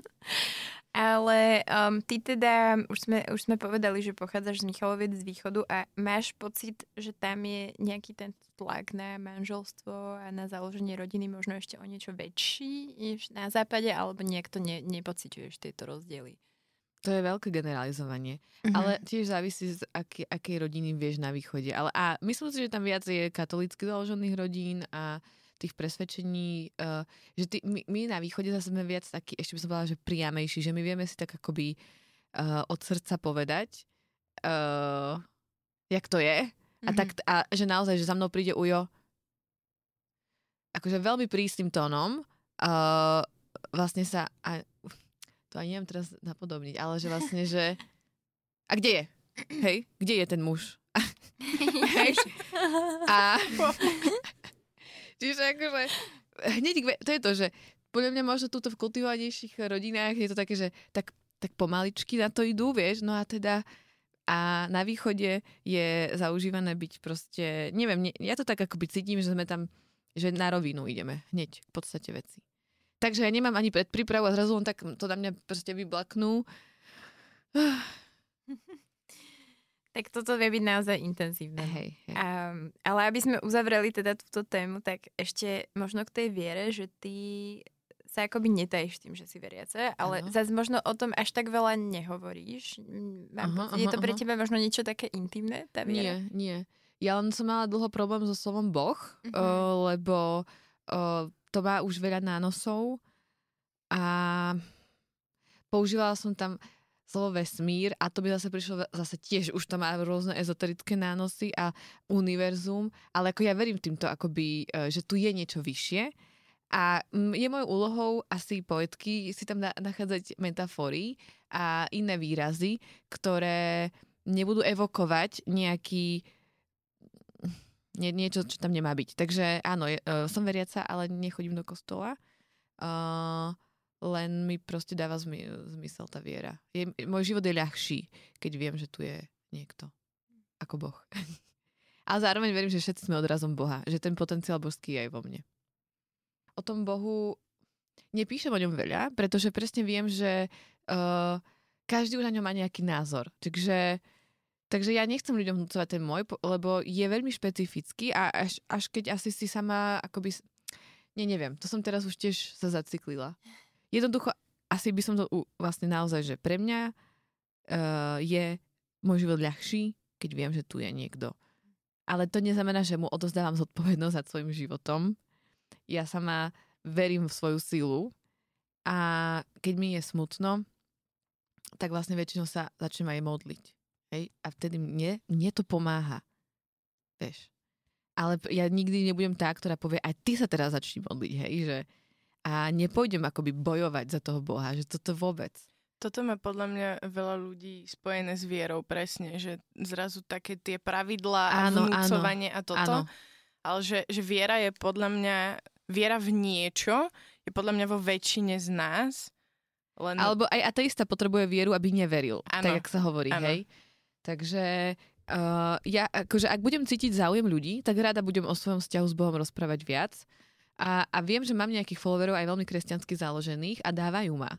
Ale ty teda, už sme povedali, že pochádzaš z Michaloviec z východu a máš pocit, že tam je nejaký ten tlak na manželstvo a na založenie rodiny možno ešte o niečo väčší než na západe, alebo nejak to nepociťuješ tieto rozdiely? To je veľké generalizovanie. Uh-huh. Ale tiež závisí z akej rodiny vieš na východe. A myslím si, že tam viac je katolícky založených rodín a tých presvedčení, že my na východe zase sme viac takí, ešte by som povedala, že priamejší, že my vieme si tak akoby od srdca povedať, jak to je. Mm-hmm. A že naozaj, že za mnou príde Ujo akože veľmi prísnym tónom, vlastne sa, to aj neviem teraz napodobniť, ale že vlastne, že a kde je? Hej? Kde je ten muž? Hej? A čiže akože hneď, to je to, že podľa mňa možno túto v kultivovanejších rodinách je to také, že tak pomaličky na to idú, vieš, no a teda a na východe je zaužívané byť proste, neviem, ja to tak akoby cítim, že sme tam, že na rovinu ideme hneď v podstate veci. Takže ja nemám ani predprípravu a zrazu len tak to na mňa proste vyblaknú. Tak toto vie byť naozaj intenzívne. Hej. Ale aby sme uzavreli teda túto tému, tak ešte možno k tej viere, že ty sa akoby netajíš tým, že si veriace, ale zase možno o tom až tak veľa nehovoríš. Je to pre teba možno niečo také intimné, tá viera? Nie. Ja len som mala dlho problém so slovom Boh, lebo to má už veľa nánosov a používala som tam slovo vesmír a to by zase prišlo zase tiež, už to má rôzne ezoterické nánosy a univerzum, ale ako ja verím týmto akoby, že tu je niečo vyššie a je mojou úlohou asi poetky si tam nachádzať metafory a iné výrazy, ktoré nebudú evokovať niečo, čo tam nemá byť. Takže áno, som veriaca, ale nechodím do kostola. Len mi proste dáva zmysel tá viera. Môj život je ľahší, keď viem, že tu je niekto ako Boh. Ale zároveň verím, že všetci sme odrazom Boha. Že ten potenciál božský je aj vo mne. O tom Bohu nepíšem o ňom veľa, pretože presne viem, že každý už na ňom má nejaký názor. Takže ja nechcem ľuďom vnúcovať ten môj, lebo je veľmi špecifický a až keď asi si sama akoby... Neviem, to som teraz už tiež sa zaciklila. Jednoducho, asi by som to vlastne naozaj, že pre mňa je môj život ľahší, keď viem, že tu je niekto. Ale to neznamená, že mu odozdávam zodpovednosť nad svojim životom. Ja sama verím v svoju silu a keď mi je smutno, tak vlastne väčšinou sa začnem aj modliť. Hej? A vtedy mne to pomáha. Vieš. Ale ja nikdy nebudem tá, ktorá povie, aj ty sa teraz začni modliť, hej, že a nepôjdem akoby bojovať za toho Boha, že toto vôbec. Toto má podľa mňa veľa ľudí spojené s vierou, presne, že zrazu také tie pravidlá a vnúcovanie a toto. Áno. Ale že viera je podľa mňa, viera v niečo je podľa mňa vo väčšine z nás. Alebo aj ateista potrebuje vieru, aby neveril. Tak, jak sa hovorí, hej. Takže ja, akože ak budem cítiť záujem ľudí, tak rada budem o svojom vzťahu s Bohom rozprávať viac. A viem, že mám nejakých followerov aj veľmi kresťansky založených a dávajú ma.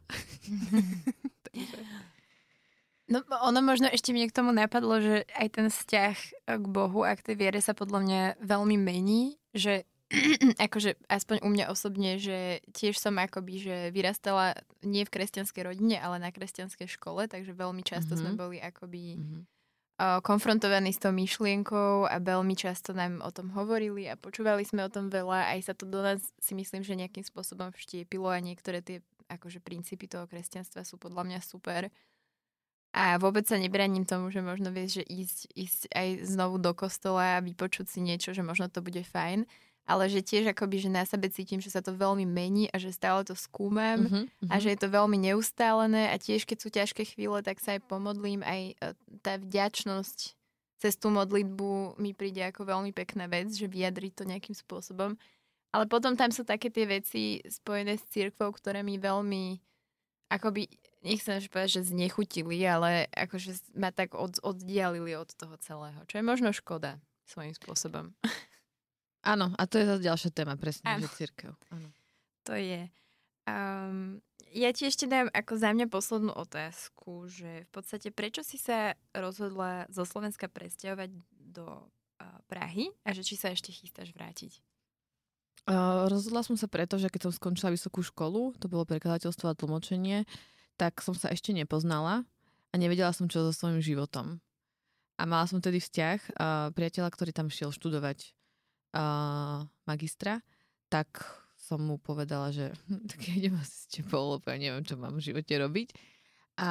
No ono možno ešte mne k tomu napadlo, že aj ten vzťah k Bohu a k tej viere sa podľa mňa veľmi mení, že akože aspoň u mňa osobne, že tiež som akoby, že vyrastala nie v kresťanskej rodine, ale na kresťanskej škole, takže veľmi často sme boli akoby konfrontovaní s tou myšlienkou a veľmi často nám o tom hovorili a počúvali sme o tom veľa. Aj sa to do nás, si myslím, že nejakým spôsobom vštiepilo a niektoré tie akože princípy toho kresťanstva sú podľa mňa super. A vôbec sa nebraním tomu, že možno vieš, že ísť aj znovu do kostola a vypočuť si niečo, že možno to bude fajn. Ale že tiež akoby, že na sebe cítim, že sa to veľmi mení a že stále to skúmam a že je to veľmi neustálené a tiež keď sú ťažké chvíle, tak sa aj pomodlím. Aj tá vďačnosť cez tú modlitbu mi príde ako veľmi pekná vec, že vyjadriť to nejakým spôsobom. Ale potom tam sú také tie veci spojené s cirkvou, ktoré mi veľmi akoby, nechcem povedať, že znechutili, ale akože ma tak oddialili od toho celého, čo je možno škoda svojím spôsobom. Áno, a to je zase ďalšia téma, presne, že cirkev. Áno. To je. Ja ti ešte dám ako za mňa poslednú otázku, že v podstate prečo si sa rozhodla zo Slovenska presťahovať do Prahy a že či sa ešte chystáš vrátiť? Rozhodla som sa preto, že keď som skončila vysokú školu, to bolo prekladateľstvo a tlmočenie, tak som sa ešte nepoznala a nevedela som, čo so svojím životom. A mala som tedy vzťah priateľa, ktorý tam šiel študovať magistra, tak som mu povedala, že tak ja idem asi s tebou, lebo ja neviem, čo mám v živote robiť. A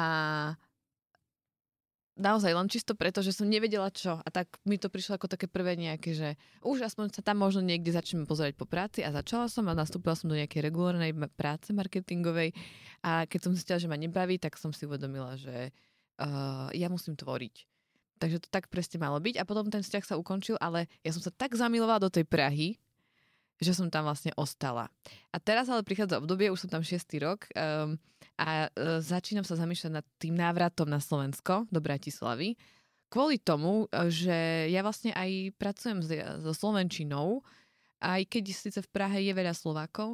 naozaj len čisto preto, že som nevedela čo. A tak mi to prišlo ako také prvé nejaké, že už aspoň sa tam možno niekde začneme pozerať po práci a začala som a nastúpila som do nejakej regulárnej práce marketingovej a keď som zistila, že ma nebaví, tak som si uvedomila, že ja musím tvoriť. Takže to tak presne malo byť a potom ten vzťah sa ukončil, ale ja som sa tak zamilovala do tej Prahy, že som tam vlastne ostala. A teraz ale prichádza obdobie, už som tam 6. rok a začínam sa zamýšľať nad tým návratom na Slovensko, do Bratislavy, kvôli tomu, že ja vlastne aj pracujem so slovenčinou, aj keď síce v Prahe je veľa Slovákov,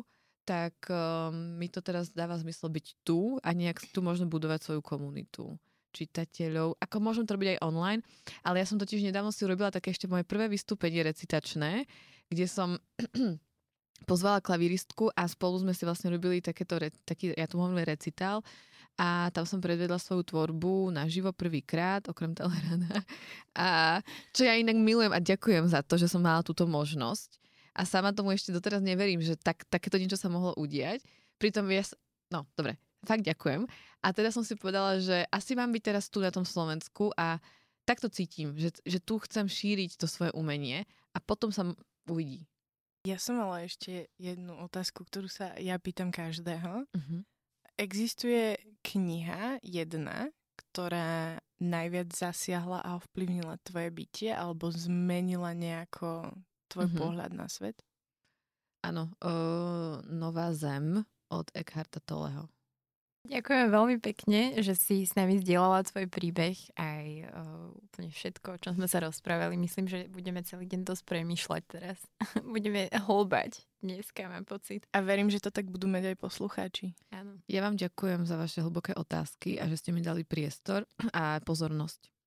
tak mi to teraz dáva zmysel byť tu a nejak tu možno budovať svoju komunitu čitateľov. Ako môžem to robiť aj online, ale ja som totiž nedávno si urobila také ešte moje prvé vystúpenie recitačné, kde som pozvala klavíristku a spolu sme si vlastne robili taký, ja tu hovorím recitál, a tam som predvedla svoju tvorbu naživo prvýkrát, okrem Telerána. A čo ja inak milujem a ďakujem za to, že som mala túto možnosť. A sama tomu ešte doteraz neverím, že takéto niečo sa mohlo udiať. Pritom no, dobre, fakt ďakujem. A teda som si povedala, že asi mám byť teraz tu na tom Slovensku a tak to cítim, že tu chcem šíriť to svoje umenie a potom sa uvidí. Ja som mala ešte jednu otázku, ktorú sa ja pýtam každého. Uh-huh. Existuje kniha jedna, ktorá najviac zasiahla a ovplyvnila tvoje bytie alebo zmenila nejako tvoj pohľad na svet? Áno, Nová zem od Eckharta Tolleho. Ďakujem veľmi pekne, že si s nami zdieľala tvoj príbeh aj úplne všetko, o čom sme sa rozprávali. Myslím, že budeme celý deň dosť premýšľať teraz. Budeme hlbať dneska, mám pocit. A verím, že to tak budú mať aj poslucháči. Áno. Ja vám ďakujem za vaše hlboké otázky a že ste mi dali priestor a pozornosť.